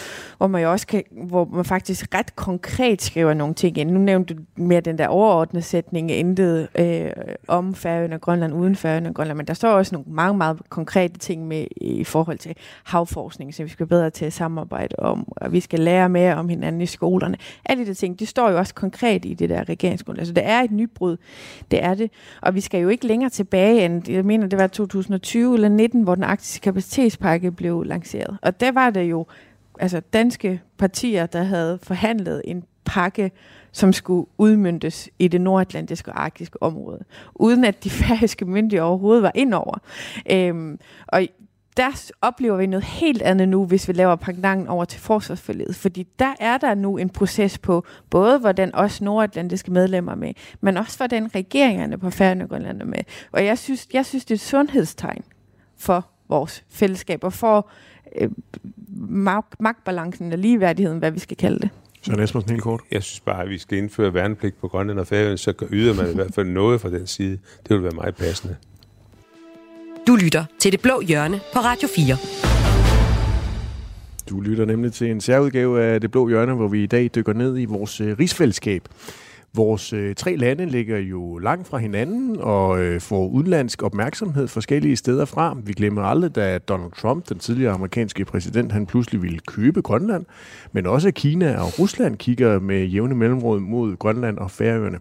hvor man faktisk ret konkret skriver nogle ting ind. Nu nævnte du mere den der overordnede sætning, intet om Færøerne og Grønland, uden Færøerne og Grønland, men der står også nogle meget, meget konkrete ting med i forhold til havforskning, så vi skal bedre til at samarbejde om, og vi skal lære mere om hinanden i skolerne. Alle de ting, det står jo også konkret i det der regeringsgrundlag. Så det er et nybrud, det er det. Og vi skal jo ikke længere tilbage end, jeg mener, det var 2020 eller 19, hvor den arktiske kapacitetspakke blev lanceret. Og der var det jo danske partier, der havde forhandlet en pakke, som skulle udmøntes i det nordatlantiske og arktiske område, uden at de færøske myndigheder overhovedet var indover. Og der oplever vi noget helt andet nu, hvis vi laver pendanten over til forsvarsforliget, fordi der er der nu en proces på, både hvordan også nordatlantiske medlemmer er med, men også hvordan regeringerne på Færøerne og Grønland er med. Og jeg synes, det er et sundhedstegn for vores fællesskab, og for magtbalancen og ligeværdigheden, hvad vi skal kalde det. Så Esbensen helt kort. Jeg synes bare, at vi skal indføre værnepligt på Grønland og Færøerne, så yder man i hvert fald noget fra den side. Det vil være meget passende. Du lytter til Det Blå Hjørne på Radio 4. Du lytter nemlig til en særudgave af Det Blå Hjørne, hvor vi i dag dykker ned i vores rigsfællesskab. Vores 3 lande ligger jo langt fra hinanden og får udenlandsk opmærksomhed forskellige steder fra. Vi glemmer aldrig, da Donald Trump, den tidligere amerikanske præsident, han pludselig ville købe Grønland. Men også Kina og Rusland kigger med jævne mellemråd mod Grønland og Færøerne.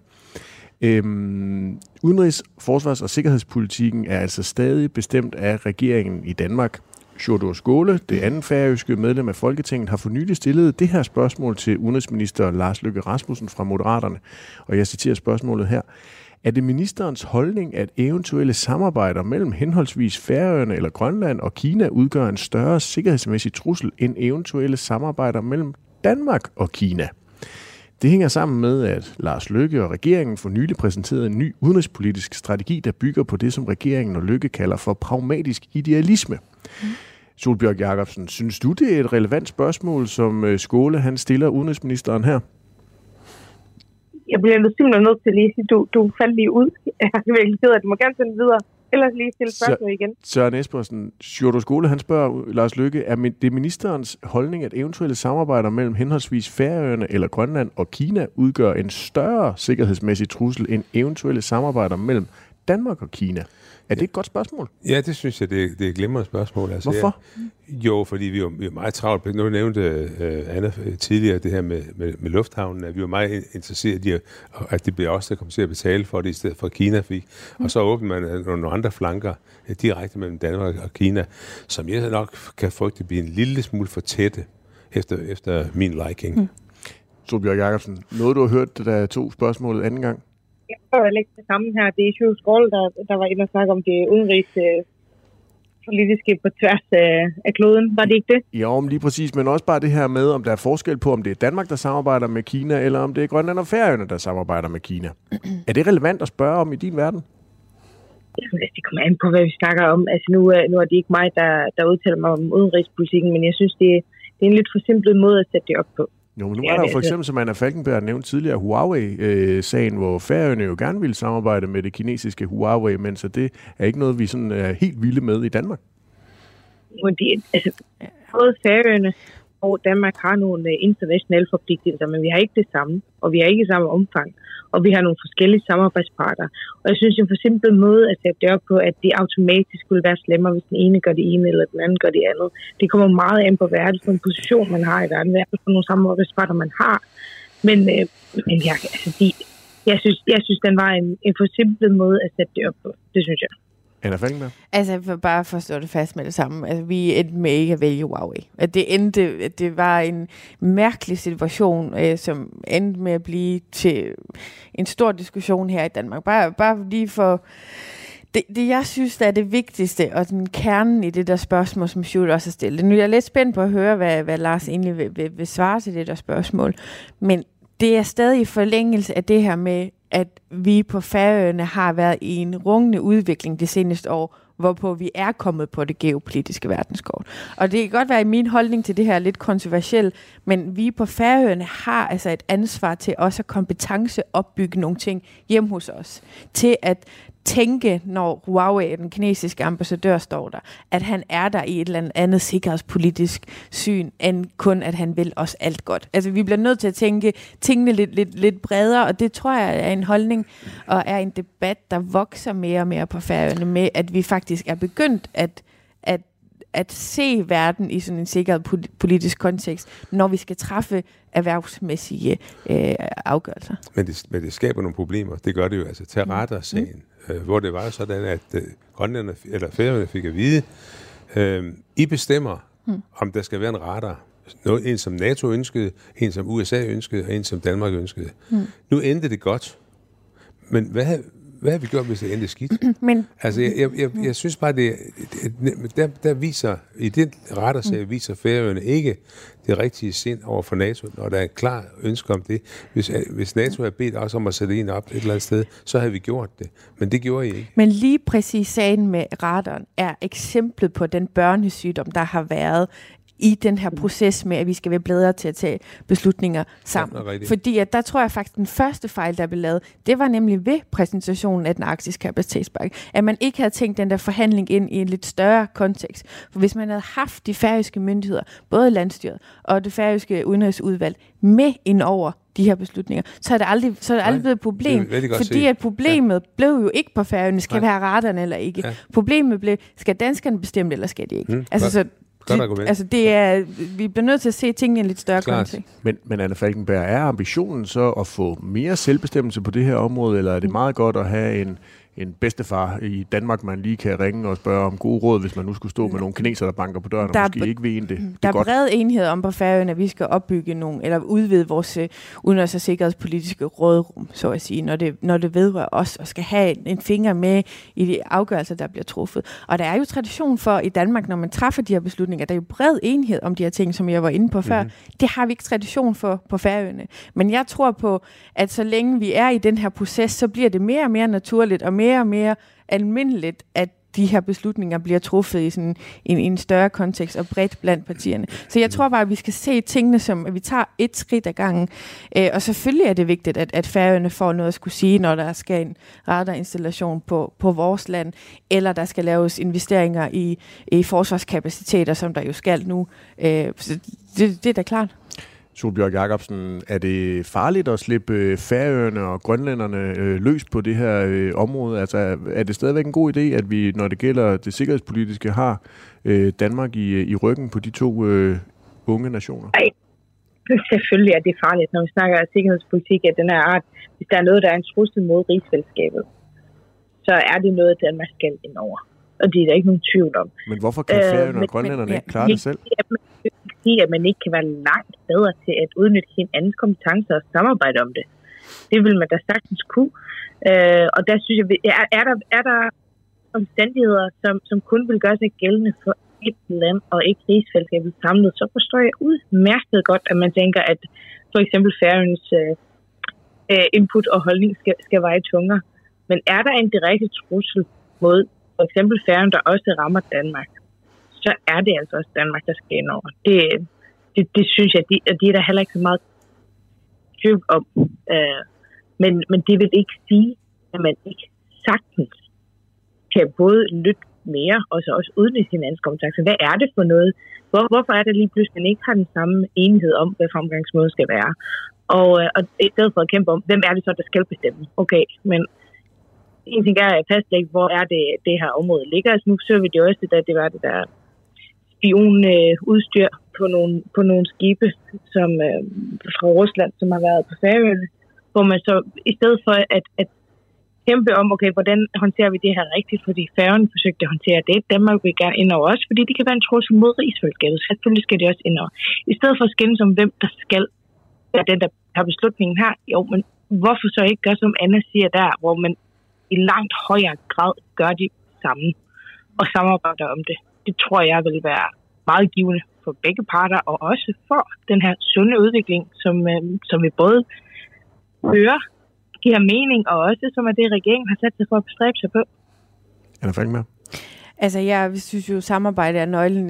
Udenrigs-, forsvars- og sikkerhedspolitikken er altså stadig bestemt af regeringen i Danmark. Sjúrður Skaale, det andet færøske medlem af Folketinget, har for nylig stillet det her spørgsmål til udenrigsminister Lars Løkke Rasmussen fra Moderaterne. Og jeg citerer spørgsmålet her. Er det ministerens holdning, at eventuelle samarbejder mellem henholdsvis Færøerne eller Grønland og Kina udgør en større sikkerhedsmæssig trussel end eventuelle samarbejder mellem Danmark og Kina? Det hænger sammen med, at Lars Løkke og regeringen for nylig præsenterede en ny udenrigspolitisk strategi, der bygger på det, som regeringen og Løkke kalder for pragmatisk idealisme. Sólbjørg Jakobsen, synes du, det er et relevant spørgsmål, som Skaale han stiller udenrigsministeren her? Jeg bliver simpelthen nødt til lige at sige, du faldt lige ud. Jeg er virkelig ked af det. Du må gerne sende videre. Ellers lige stille spørgsmål igen. Søren Espersen, Sjúrður Skaale, han spørger Lars Løkke, er det ministerens holdning, at eventuelle samarbejder mellem henholdsvis Færøerne eller Grønland og Kina udgør en større sikkerhedsmæssig trussel end eventuelle samarbejder mellem Danmark og Kina? Er det et godt spørgsmål? Ja, det synes jeg, det er et glimrende spørgsmål. Altså, hvorfor? Jo, fordi vi er meget travlt. Nu nævnte Anna tidligere det her med lufthavnen, at vi var meget interesseret i, at det bliver også der kommer til at betale for det i stedet for Kina. Og så åbner man nogle andre flanker direkte mellem Danmark og Kina, som jeg nok kan frygte blive en lille smule for tætte efter min liking. Sólbjørg Jakobsen, noget du har hørt, da jeg tog spørgsmålet anden gang? Jeg prøver at lægge det samme her. Det er Sjúrður Skaale, der var inde og snakke om det udenrigspolitiske på tværs af kloden. Var det ikke det? Ja, lige præcis. Men også bare det her med, om der er forskel på, om det er Danmark, der samarbejder med Kina, eller om det er Grønland og Færøerne, der samarbejder med Kina. Er det relevant at spørge om i din verden? Det kommer an på, hvad vi snakker om. Altså nu er det ikke mig, der udtaler mig om udenrigspolitikken, men jeg synes, det er en lidt forsimplet måde at sætte det op på. Jo, men nu er der jo for eksempel, som Anna Falkenberg nævnte tidligere, Huawei-sagen, hvor Færøerne jo gerne ville samarbejde med det kinesiske Huawei, men så det er ikke noget, vi sådan er helt vilde med i Danmark. Både Færøerne og Danmark har nogle internationale forpligtelser, men vi har ikke det samme, og vi har ikke samme omfang, og vi har nogle forskellige samarbejdspartnere. Og jeg synes, en for simpel måde at sætte det op på, at det automatisk skulle være slemmere, hvis den ene gør det ene, eller den anden gør det andet. Det kommer meget an på, hvad er det for en position, man har i verden, hvad er det for nogle samarbejdspartnere, man har. Men jeg synes, den var en for simpel måde at sætte det op på. Det synes jeg. Anna Falkenberg? Altså, for bare at forstå det fast med det samme. Altså, vi endte med ikke at vælge Huawei. Det var en mærkelig situation, som endte med at blive til en stor diskussion her i Danmark. Bare lige for... Det, jeg synes, der er det vigtigste, og den kernen i det der spørgsmål, som Sjúrður også har stillet. Nu er jeg lidt spændt på at høre, hvad Lars egentlig vil svare til det der spørgsmål. Men det er stadig i forlængelse af det her med, at vi på Færøerne har været i en rungende udvikling det seneste år, hvorpå vi er kommet på det geopolitiske verdenskort. Og det kan godt være i min holdning til det her lidt kontroversielt, men vi på Færøerne har altså et ansvar til også at kompetenceopbygge nogle ting hjemme hos os. Til at tænke, når Huawei, den kinesiske ambassadør, står der, at han er der i et eller andet sikkerhedspolitisk syn, end kun at han vil os alt godt. Altså vi bliver nødt til at tænke tingene lidt bredere, og det tror jeg er en holdning, og er en debat, der vokser mere og mere på Færøerne med, at vi faktisk er begyndt at se verden i sådan en sikkerhedspolitisk kontekst, når vi skal træffe erhvervsmæssige afgørelser. Men det skaber nogle problemer. Det gør det jo. Altså, tag Radar-sagen, hvor det var sådan, at Grønland eller Færøerne fik at vide, I bestemmer, om der skal være en radar. En, som NATO ønskede, en, som USA ønskede, og en, som Danmark ønskede. Nu endte det godt. Men hvad har vi gjort, hvis det endte skidt? Altså, jeg synes bare, der viser, i den radarsag viser Færøerne ikke det rigtige sind over for NATO, når der er et klart ønske om det. Hvis NATO havde bedt os om at sætte en op et eller andet sted, så havde vi gjort det. Men det gjorde I ikke. Men lige præcis sagen med radaren er eksemplet på den børnesygdom, der har været i den her proces med, at vi skal være bedre til at tage beslutninger sammen. Ja, fordi at der tror jeg faktisk, den første fejl, der blev lavet, det var nemlig ved præsentationen af den arktiske kapacitetspakke, at man ikke havde tænkt den der forhandling ind i en lidt større kontekst. For hvis man havde haft de færøske myndigheder, både landstyret og det færøske udenrigsudvalg, med ind over de her beslutninger, så er det aldrig blevet et problem. Fordi at problemet blev jo ikke på Færøerne, skal vi have raderne eller ikke. Ja. Problemet blev, skal danskerne bestemme, eller skal de ikke? Vi bliver nødt til at se tingene i en lidt større kontekst. Men Anna Falkenberg, er ambitionen så at få mere selvbestemmelse på det her område, eller er det meget godt at have en bedstefar i Danmark, man lige kan ringe og spørge om gode råd, hvis man nu skulle stå med nogle kinesere, der banker på døren, og måske ikke ved det. Der er bred enighed om på Færøerne, at vi skal opbygge eller udvide vores udenrigs- og sikkerhedspolitiske rådrum, så at sige, når det vedrører os, og skal have en finger med i de afgørelser, der bliver truffet. Og der er jo tradition for i Danmark, når man træffer de her beslutninger, der er jo bred enighed om de her ting, som jeg var inde på før. Det har vi ikke tradition for på Færøerne. Men jeg tror på, at så længe vi er i den her proces, så bliver det mere og mere naturligt og mere almindeligt, at de her beslutninger bliver truffet i sådan en større kontekst og bredt blandt partierne. Så jeg tror bare, at vi skal se tingene som, at vi tager et skridt ad gangen. Og selvfølgelig er det vigtigt, at Færøerne får noget at skulle sige, når der skal en radarinstallation på vores land, eller der skal laves investeringer i forsvarskapaciteter, som der jo skal nu. Så det er da klart. Sólbjørg Jacobsen, er det farligt at slippe Færøerne og grønlænderne løs på det her område? Altså, er det stadigvæk en god idé, at vi, når det gælder det sikkerhedspolitiske, har Danmark i ryggen på de to unge nationer? Nej, selvfølgelig er det farligt, når vi snakker om sikkerhedspolitik af den her art. Hvis der er noget, der er en trussel mod rigsfællesskabet, så er det noget, Danmark skal ind over. Og det er der ikke nogen tvivl om. Men hvorfor kan Færøerne og grønlænderne ikke klare det selv? At man ikke kan være langt bedre til at udnytte hinandens kompetencer og samarbejde om det. Det vil man da sagtens kunne. Og der synes jeg, er der omstændigheder, som kun vil gøre sig gældende for et land og ikke rigsfællesskabet samlet, så forstår jeg udmærket godt, at man tænker, at for eksempel Færøernes input og holdning skal veje tungere. Men er der en direkte trussel mod for eksempel Færøerne, der også rammer Danmark, så er det altså også Danmark, der skal ind over. Det synes jeg, de er der heller ikke så meget tvivl om. Men det vil ikke sige, at man ikke sagtens kan både lytte mere og så også udnytte hinandens kompetencer. Hvad er det for noget? Hvorfor er det lige pludselig, at man ikke har den samme enighed om, hvad fremgangsmåden skal være? Og i stedet for at kæmpe om, hvem er det så, der skal bestemme? Okay, men en ting er at fastlægge, hvor er det her område ligger. Altså nu så vi det også, at det var det der spionudstyr på nogle skibe som fra Rusland, som har været på Færøerne, hvor man så i stedet for at kæmpe om, okay, hvordan håndterer vi det her rigtigt, fordi Færøerne forsøgte at håndtere det. Danmark vil gerne ind over os, fordi det kan være en trussel mod rigsfællesskabet. Selvfølgelig skal det også ind over. I stedet for at skændes om, hvem der skal være den, der har beslutningen her, jo, men hvorfor så ikke gøre, som Anna siger der, hvor man i langt højere grad gør de samme og samarbejder om det. Det tror jeg vil være meget givende for begge parter, og også for den her sunde udvikling, som vi både hører, giver mening, og også som er det, regeringen har sat sig for at bestræbe sig på. Anna Falkenberg? Altså, jeg synes jo, samarbejde er nøglen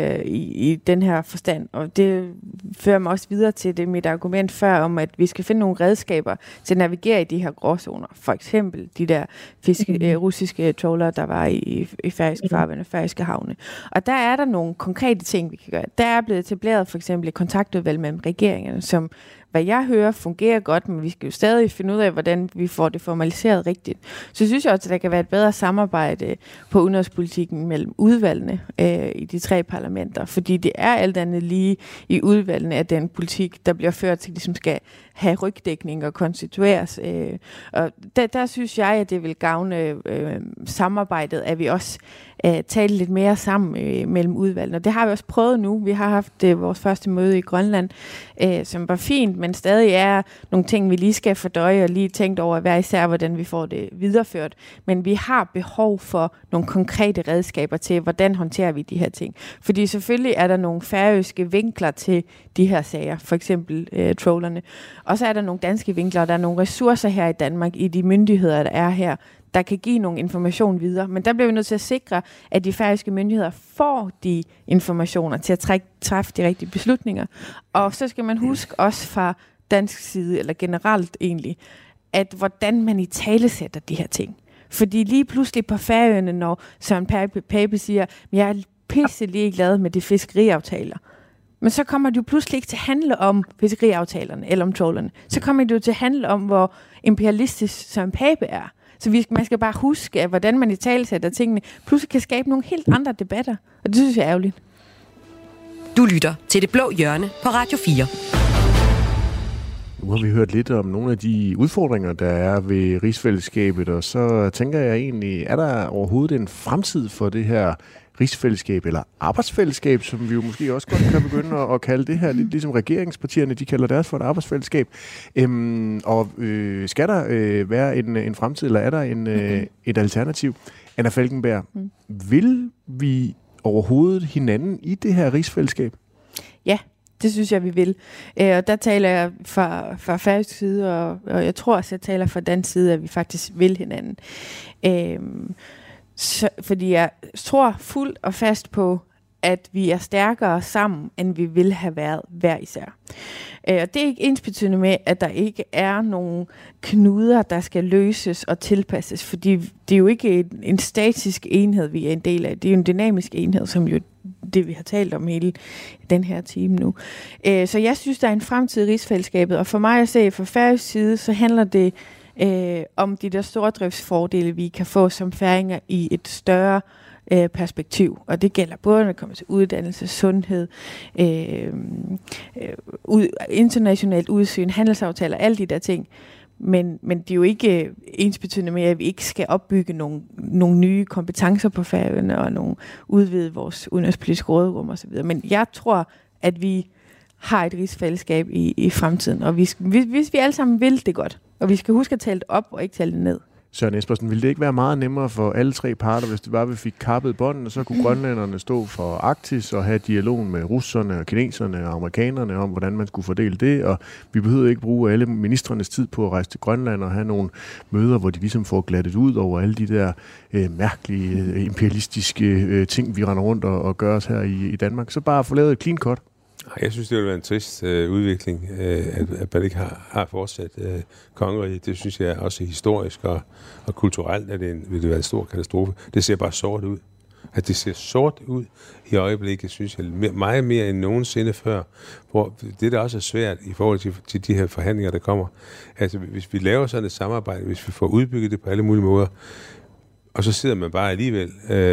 i den her forstand, og det fører mig også videre til det mit argument før om, at vi skal finde nogle redskaber til at navigere i de her gråzoner. For eksempel de der russiske trawlere, der var i færøske farvande, færøske havne. Og der er der nogle konkrete ting, vi kan gøre. Der er blevet etableret for eksempel et kontaktudvalg mellem regeringerne, som hvad jeg hører, fungerer godt, men vi skal jo stadig finde ud af, hvordan vi får det formaliseret rigtigt. Så synes jeg også, at der kan være et bedre samarbejde på udenrigspolitikken mellem udvalgene i de 3 parlamenter, fordi det er alt andet lige i udvalgene af den politik, der bliver ført til, ligesom skal have rygdækning og konstitueres. Og der synes jeg, at det vil gavne samarbejdet, at vi også tale lidt mere sammen mellem udvalgene. Og det har vi også prøvet nu. Vi har haft vores første møde i Grønland, som var fint, men stadig er nogle ting, vi lige skal fordøje og lige tænkt over hver især, hvordan vi får det videreført. Men vi har behov for nogle konkrete redskaber til, hvordan håndterer vi de her ting. Fordi selvfølgelig er der nogle færøske vinkler til de her sager, for eksempel trawlerne. Og så er der nogle danske vinkler, og der er nogle ressourcer her i Danmark, i de myndigheder, der er her, der kan give nogle information videre. Men der bliver vi nødt til at sikre, at de færøske myndigheder får de informationer til at træffe de rigtige beslutninger. Og så skal man huske også fra dansk side, eller generelt egentlig, at hvordan man italesætter de her ting. Fordi lige pludselig på Færøerne, når Søren Pape siger, at jeg er pisse ligeglad med de fiskeriaftaler, men så kommer det jo pludselig ikke til at handle om fiskeriaftalerne eller om trawlerne. Så kommer det jo til at handle om, hvor imperialistisk Søren Pape er. Så man skal bare huske, at hvordan man italesætter tingene, pludselig kan skabe nogle helt andre debatter. Og det synes jeg er ærgerligt. Du lytter til Det Blå Hjørne på Radio 4. Nu har vi hørt lidt om nogle af de udfordringer, der er ved rigsfællesskabet, og så tænker jeg egentlig, er der overhovedet en fremtid for det her rigsfællesskab, eller arbejdsfællesskab, som vi jo måske også godt kan begynde at kalde det her, lidt ligesom regeringspartierne, de kalder deres for et arbejdsfællesskab. Skal der være en fremtid, eller er der et alternativ? Anna Falkenberg, vil vi overhovedet hinanden i det her rigsfællesskab? Ja, det synes jeg, vi vil. Og der taler jeg fra færøsk side, og jeg tror også, jeg taler fra dansk side, at vi faktisk vil hinanden. Fordi jeg tror fuldt og fast på, at vi er stærkere sammen, end vi vil have været hver især. Og det er ikke ensbetydende med, at der ikke er nogen knuder, der skal løses og tilpasses, fordi det er jo ikke en statisk enhed, vi er en del af. Det er jo en dynamisk enhed, som jo det, vi har talt om hele den her time nu. Så jeg synes, der er en fremtid i rigsfællesskabet, og for mig at se, fra færøsk side, så handler det om de der stordriftsfordele, vi kan få som færinger i et større perspektiv. Og det gælder både, når det kommer til uddannelse, sundhed, internationalt udsyn, handelsaftaler, alle de der ting. Men det er jo ikke ensbetydende med, at vi ikke skal opbygge nogle nye kompetencer på Færøerne og udvide vores udenrigspolitiske råderum osv. Men jeg tror, at vi har et rigsfællesskab i fremtiden, og hvis vi alle sammen vil det godt, og vi skal huske at tale det op og ikke tale det ned. Søren Espersen, ville det ikke være meget nemmere for alle tre parter, hvis det var, vi fik kappet båndene, så kunne grønlænderne stå for Arktis og have dialog med russerne og kineserne og amerikanerne om, hvordan man skulle fordele det, og vi behøvede ikke bruge alle ministrenes tid på at rejse til Grønland og have nogle møder, hvor de ligesom får glattet ud over alle de der mærkelige imperialistiske ting, vi render rundt og gør os her i Danmark. Så bare få lavet et clean cut. Jeg synes, det ville være en trist udvikling, at man ikke har fortsat kongeriget. Det synes jeg også historisk og kulturelt, at vil det være en stor katastrofe. Det ser bare sort ud. At det ser sort ud i øjeblikket, synes jeg, meget mere end nogensinde før. Hvor det, der også er svært i forhold til de her forhandlinger, der kommer. Altså, hvis vi laver sådan et samarbejde, hvis vi får udbygget det på alle mulige måder, og så sidder man bare alligevel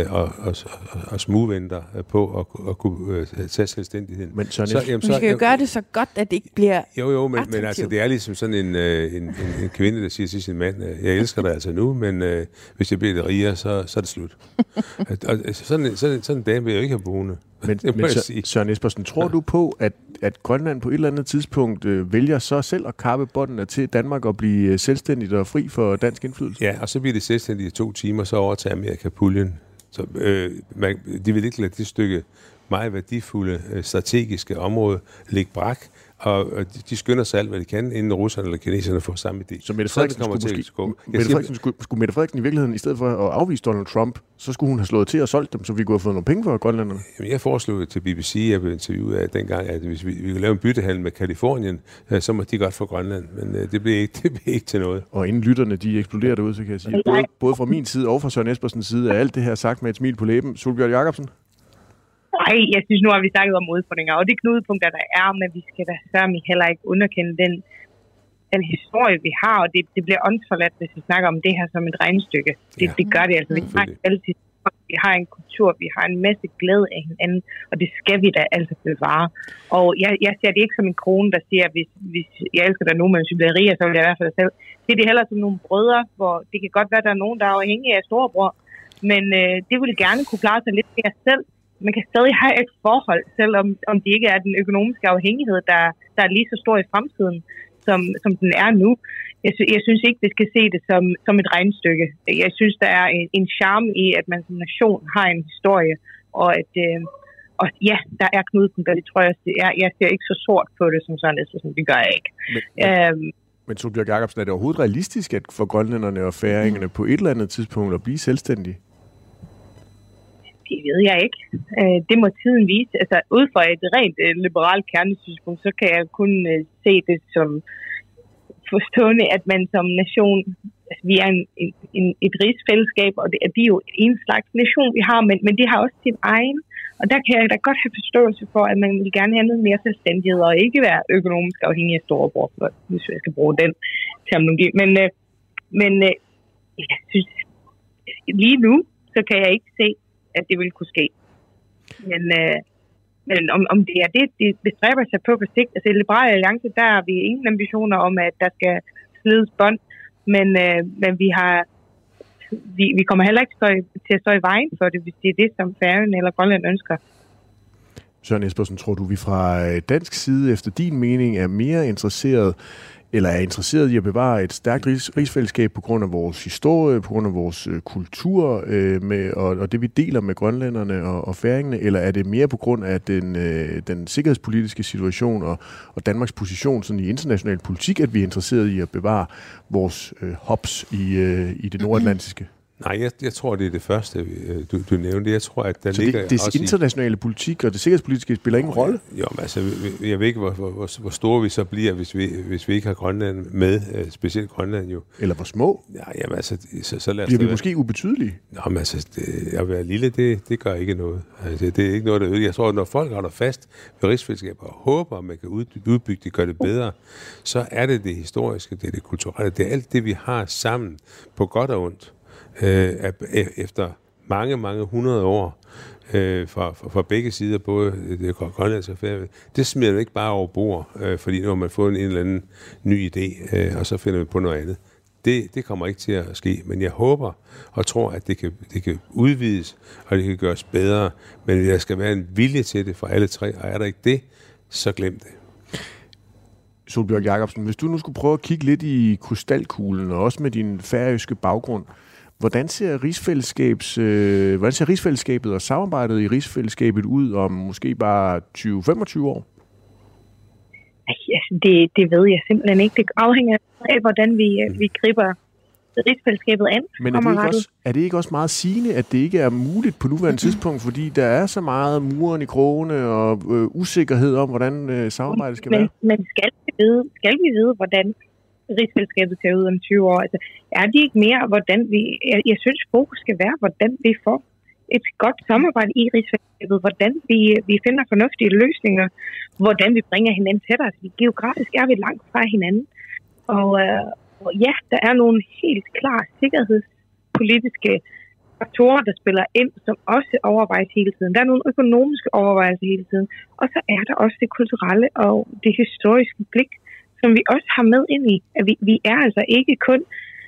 og smugventer på at kunne tage selvstændigheden. Men vi skal jo gøre det så godt, at det ikke bliver men altså, det er ligesom sådan en kvinde, der siger til sin mand, jeg elsker dig altså nu, men hvis jeg bliver lidt rigere, så er det slut. Sådan en dame vil jeg ikke have boende. Men Søren Espersen, tror du på, at Grønland på et eller andet tidspunkt vælger så selv at kappe båndene til Danmark og blive selvstændigt og fri for dansk indflydelse? Ja, og så bliver det selvstændigt i 2 timer, så overtager Amerika-puljen. Så de vil ikke lade det stykke meget værdifulde strategiske område ligge brak, og de skynder sig alt, hvad de kan, inden russerne eller kineserne får samme idé. Så Mette Frederiksen skulle Mette Frederiksen i virkeligheden, i stedet for at afvise Donald Trump, så skulle hun have slået til og solgt dem, så vi kunne have fået nogle penge for grønlænderne? Jamen, jeg foreslog til BBC, jeg blev interviewet af dengang, at hvis vi kunne lave en byttehandel med Kalifornien, så må de godt få Grønland, men det blev ikke til noget. Og inden lytterne, de eksploderer derude, så kan jeg sige, både fra min side og fra Søren Espersens side, er alt det her sagt med et smil på læben. Sólbjørg Jacobsen? Nej, jeg synes, nu har vi snakket om udfordringer, og det knudepunkter, der er, men vi skal da sørge heller ikke underkende den historie, vi har, og det bliver åndsforladt, hvis vi snakker om det her som et regnestykke. Det gør det altså. Vi har en kultur, vi har en masse glæde af hinanden, og det skal vi da altså bevare. Og jeg ser det ikke som en krone, der siger, hvis jeg elsker dig nu, men hvis vi bliver rige, så vil jeg i hvert fald selv. Det er det heller som nogle brødre, hvor det kan godt være, at der er nogen, der er afhængige af storebror, men det vil gerne kunne klare sig lidt mere selv. Man kan stadig have et forhold, selvom det ikke er den økonomiske afhængighed, der er lige så stor i fremtiden, som den er nu. Jeg synes ikke, vi skal se det som et regnestykke. Jeg synes, der er en charme i, at man som nation har en historie, og at ja, der er knudepunkter. Det tror jeg, jeg ser ikke så sort på det, som sådan noget, det gør jeg ikke. Men Sólbjørg Jacobsen, er det overhovedet realistisk at for grønlænderne og færingerne på et eller andet tidspunkt at blive selvstændige? Det ved jeg ikke. Det må tiden vise. Altså, ud fra et rent liberalt kernesynspunkt, så kan jeg kun se det som forstående, at man som nation, altså vi er et rigsfællesskab, og det er jo en slags nation, vi har, men det har også sin egen. Og der kan jeg da godt have forståelse for, at man vil gerne have noget mere selvstændighed, og ikke være økonomisk afhængig af storebror, hvis jeg skal bruge den terminologi. Men jeg synes, lige nu, så kan jeg ikke se, at det vil kunne ske. Men Men om det er det, de bestræber sig på sigt. Altså i Liberale Alliance, der har vi ingen ambitioner om, at der skal slides bånd. Men vi kommer heller ikke til at stå i vejen for det, hvis det er det, som Færøerne eller Grønland ønsker. Søren Espersen, tror du, vi fra dansk side efter din mening er mere interesseret i at bevare et stærkt rigsfællesskab på grund af vores historie, på grund af vores kultur og det, vi deler med grønlænderne og færingerne, eller er det mere på grund af den sikkerhedspolitiske situation og Danmarks position sådan i international politik, at vi er interesseret i at bevare vores hubs i det nordatlantiske? Nej, jeg tror, det er det første, du nævnte. Jeg tror, at der så ligger det også internationale politik og det sikkerhedspolitiske spiller ingen rolle? Jo, men altså, jeg ved ikke, hvor store vi så bliver, hvis vi ikke har Grønland med, specielt Grønland jo. Eller hvor små? Ja, jamen altså, så lad os bliver vi måske ubetydelige? Nå, men altså, at være lille, det gør ikke noget. Altså, det er ikke noget, der ødelægger. Jeg tror, at når folk holder fast ved rigsfællesskabet og håber, at man kan udbygge det, gøre det bedre, så er det historiske, det er det kulturelle, det er alt det, vi har sammen på godt og ondt. Efter mange, mange hundrede år fra begge sider, både det Grønlands og Færøerne, det smider man ikke bare over bord, fordi nu har man fået en eller anden ny idé, og så finder vi på noget andet. Det kommer ikke til at ske, men jeg håber og tror, at det kan udvides, og det kan gøres bedre, men der skal være en vilje til det for alle tre, og er der ikke det, så glem det. Sólbjørg Jacobsen, hvis du nu skulle prøve at kigge lidt i krystalkuglen, og også med din færøske baggrund, hvordan ser rigsfællesskabet og samarbejdet i rigsfællesskabet ud om måske bare 20-25 år? Altså, det ved jeg simpelthen ikke. Det afhænger af, hvordan vi griber rigsfællesskabet an. Men er det ikke også meget sigende, at det ikke er muligt på nuværende tidspunkt, fordi der er så meget muren i krogene og usikkerhed om, hvordan samarbejdet skal være? Men skal vi vide, hvordan rigsfællesskabet ser ud om 20 år? Altså, er det ikke mere, hvordan jeg synes, fokus skal være, hvordan vi får et godt samarbejde i rigsfællesskabet, hvordan vi finder fornuftige løsninger, hvordan vi bringer hinanden tættere. Altså, geografisk er vi langt fra hinanden. Og ja, der er nogle helt klare sikkerhedspolitiske faktorer, der spiller ind, som også overvejes hele tiden. Der er nogle økonomiske overvejelser hele tiden. Og så er der også det kulturelle og det historiske blik, som vi også har med ind i. At vi er altså ikke kun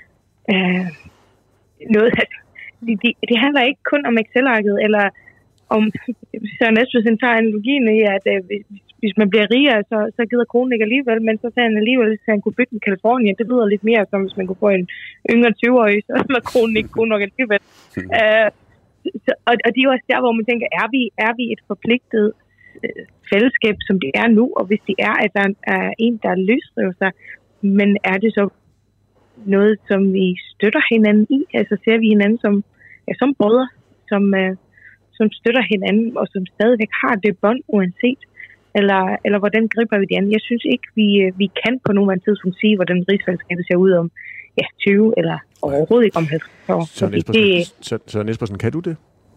noget... Det handler ikke kun om Excel-arket, eller om Søren Espersen tager analogien i, at hvis man bliver rigere, så gider kronen ikke alligevel, men så sagde han alligevel, at han kunne bygge i Kalifornien. Det lyder lidt mere som, hvis man kunne få en yngre 20-årig, så var kronen ikke god nok alligevel. Og det er jo også der, hvor man tænker, er vi et forpligtet fællesskab, som det er nu, og hvis det er, at der er en, der løsriver sig, men er det så noget, som vi støtter hinanden i? Altså ser vi hinanden som brødre, som støtter hinanden, og som stadigvæk har det bånd uanset, eller hvordan griber vi det an? Jeg synes ikke, vi kan på nogen tidspunkt sige, hvordan rigsfællesskabet ser ud om 20 eller overhovedet ikke om 50 år. Søren Espersen, kan du det?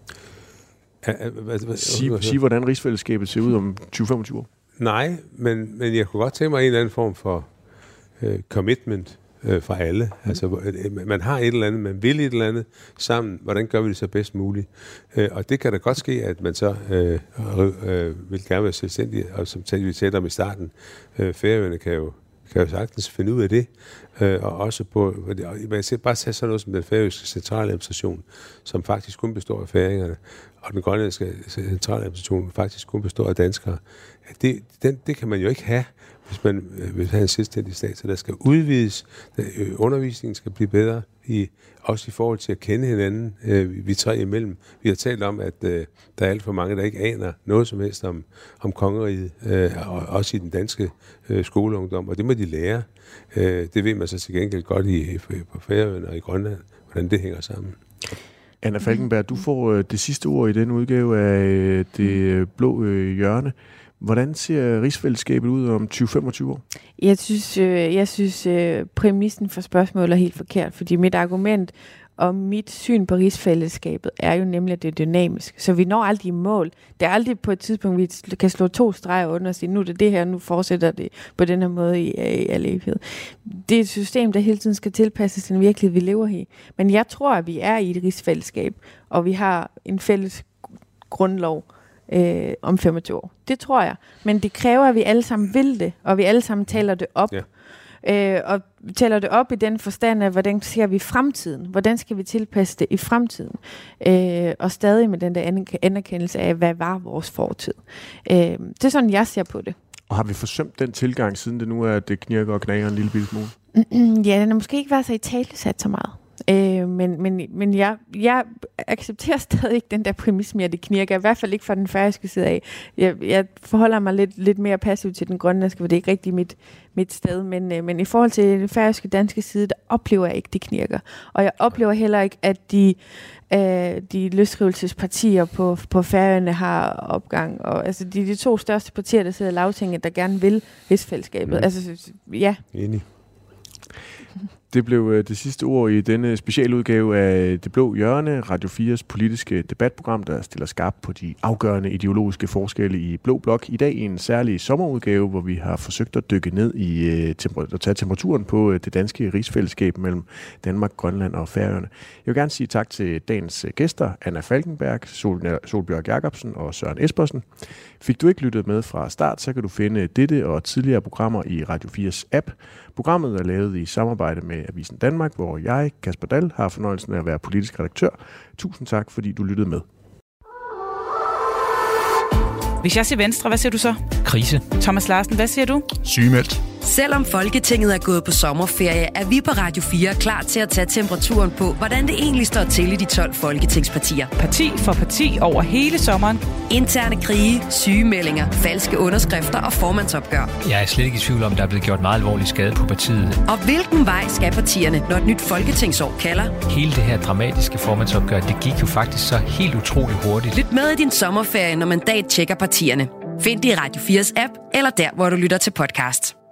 Sige, hvordan rigsfællesskabet ser ud om 20-25 år? Nej, men jeg kunne godt tænke mig en eller anden form for commitment fra alle. Altså, man har et eller andet, man vil et eller andet sammen. Hvordan gør vi det så bedst muligt? Og det kan da godt ske, at man så vil gerne være selvstændig, og som vi talte om i starten, Færøerne kan jo sagtens finde ud af det. Og også på, man kan bare tage sådan noget som den færøske centraladministration, som faktisk kun består af færingerne, og den grønlandske centraladministration faktisk kun består af danskere. Det kan man jo ikke have, hvis man vil have en selvstændig stat, så der skal udvides, undervisningen skal blive bedre, også i forhold til at kende hinanden, vi tre imellem. Vi har talt om, at der er alt for mange, der ikke aner noget som helst om kongeriget, og også i den danske skoleungdom, og det må de lære. Det ved man så til gengæld godt på Færøerne og i Grønland, hvordan det hænger sammen. Anna Falkenberg, du får det sidste ord i den udgave af Det Blå Hjørne. Hvordan ser rigsfællesskabet ud om 20-25 år? Jeg synes præmissen for spørgsmålet er helt forkert, fordi mit argument og mit syn på rigsfællesskabet er jo nemlig, at det er dynamisk. Så vi når aldrig i mål. Det er aldrig på et tidspunkt, vi kan slå 2 streger under og sige, nu er det her, nu fortsætter det på den her måde i al evighed. Det er et system, der hele tiden skal tilpasses til den virkelighed, vi lever i. Men jeg tror, at vi er i et rigsfællesskab, og vi har en fælles grundlov, om 25 år. Det tror jeg. Men det kræver, at vi alle sammen vil det, og vi alle sammen taler det op. Og taler det op i den forstand af, hvordan ser vi fremtiden? Hvordan skal vi tilpasse det i fremtiden? Og stadig med den der anerkendelse af, hvad var vores fortid. Det er sådan, jeg ser på det. Og har vi forsømt den tilgang, siden det nu er, at det knirker og knager en lille bitte smule? Ja, den har måske ikke været så i talesat så meget. Men jeg accepterer stadig ikke den der præmis med, at det knirker. I hvert fald ikke fra den færøske side af. Jeg forholder mig lidt mere passivt til den grønlandske, for det er ikke rigtig mit sted. Men i forhold til den færøske danske side, der oplever jeg ikke, det knirker. Og jeg oplever heller ikke, at de løsrivelsespartier på Færøerne har opgang. Og, altså, de 2 største partier, der sidder i Lagtinget, der gerne vil rigsfællesskabet. Altså, ja. Enig. Det blev det sidste ord i denne specialudgave af Det Blå Hjørne, Radio 4's politiske debatprogram, der stiller skarpt på de afgørende ideologiske forskelle i Blå Blok. I dag i en særlig sommerudgave, hvor vi har forsøgt at dykke ned i at tage temperaturen på det danske rigsfællesskab mellem Danmark, Grønland og Færøerne. Jeg vil gerne sige tak til dagens gæster, Anna Falkenberg, Solbjørg Jacobsen og Søren Espersen. Fik du ikke lyttet med fra start, så kan du finde dette og tidligere programmer i Radio 4's app. Programmet er lavet i samarbejde med Avisen Danmark, hvor jeg, Kasper Dahl, har fornøjelsen af at være politisk redaktør. Tusind tak, fordi du lyttede med. Hvis jeg siger Venstre, hvad siger du så? Krise. Thomas Larsen, hvad siger du? Sygemeldt. Selvom Folketinget er gået på sommerferie, er vi på Radio 4 klar til at tage temperaturen på, hvordan det egentlig står til i de 12 folketingspartier. Parti for parti over hele sommeren. Interne krige, sygemeldinger, falske underskrifter og formandsopgør. Jeg er slet ikke i tvivl om, der er blevet gjort meget alvorlig skade på partiet. Og hvilken vej skal partierne, når et nyt folketingsår kalder? Hele det her dramatiske formandsopgør, det gik jo faktisk så helt utroligt hurtigt. Lyt med i din sommerferie, når Mandat tjekker partierne. Find det i Radio 4's app, eller der, hvor du lytter til podcast.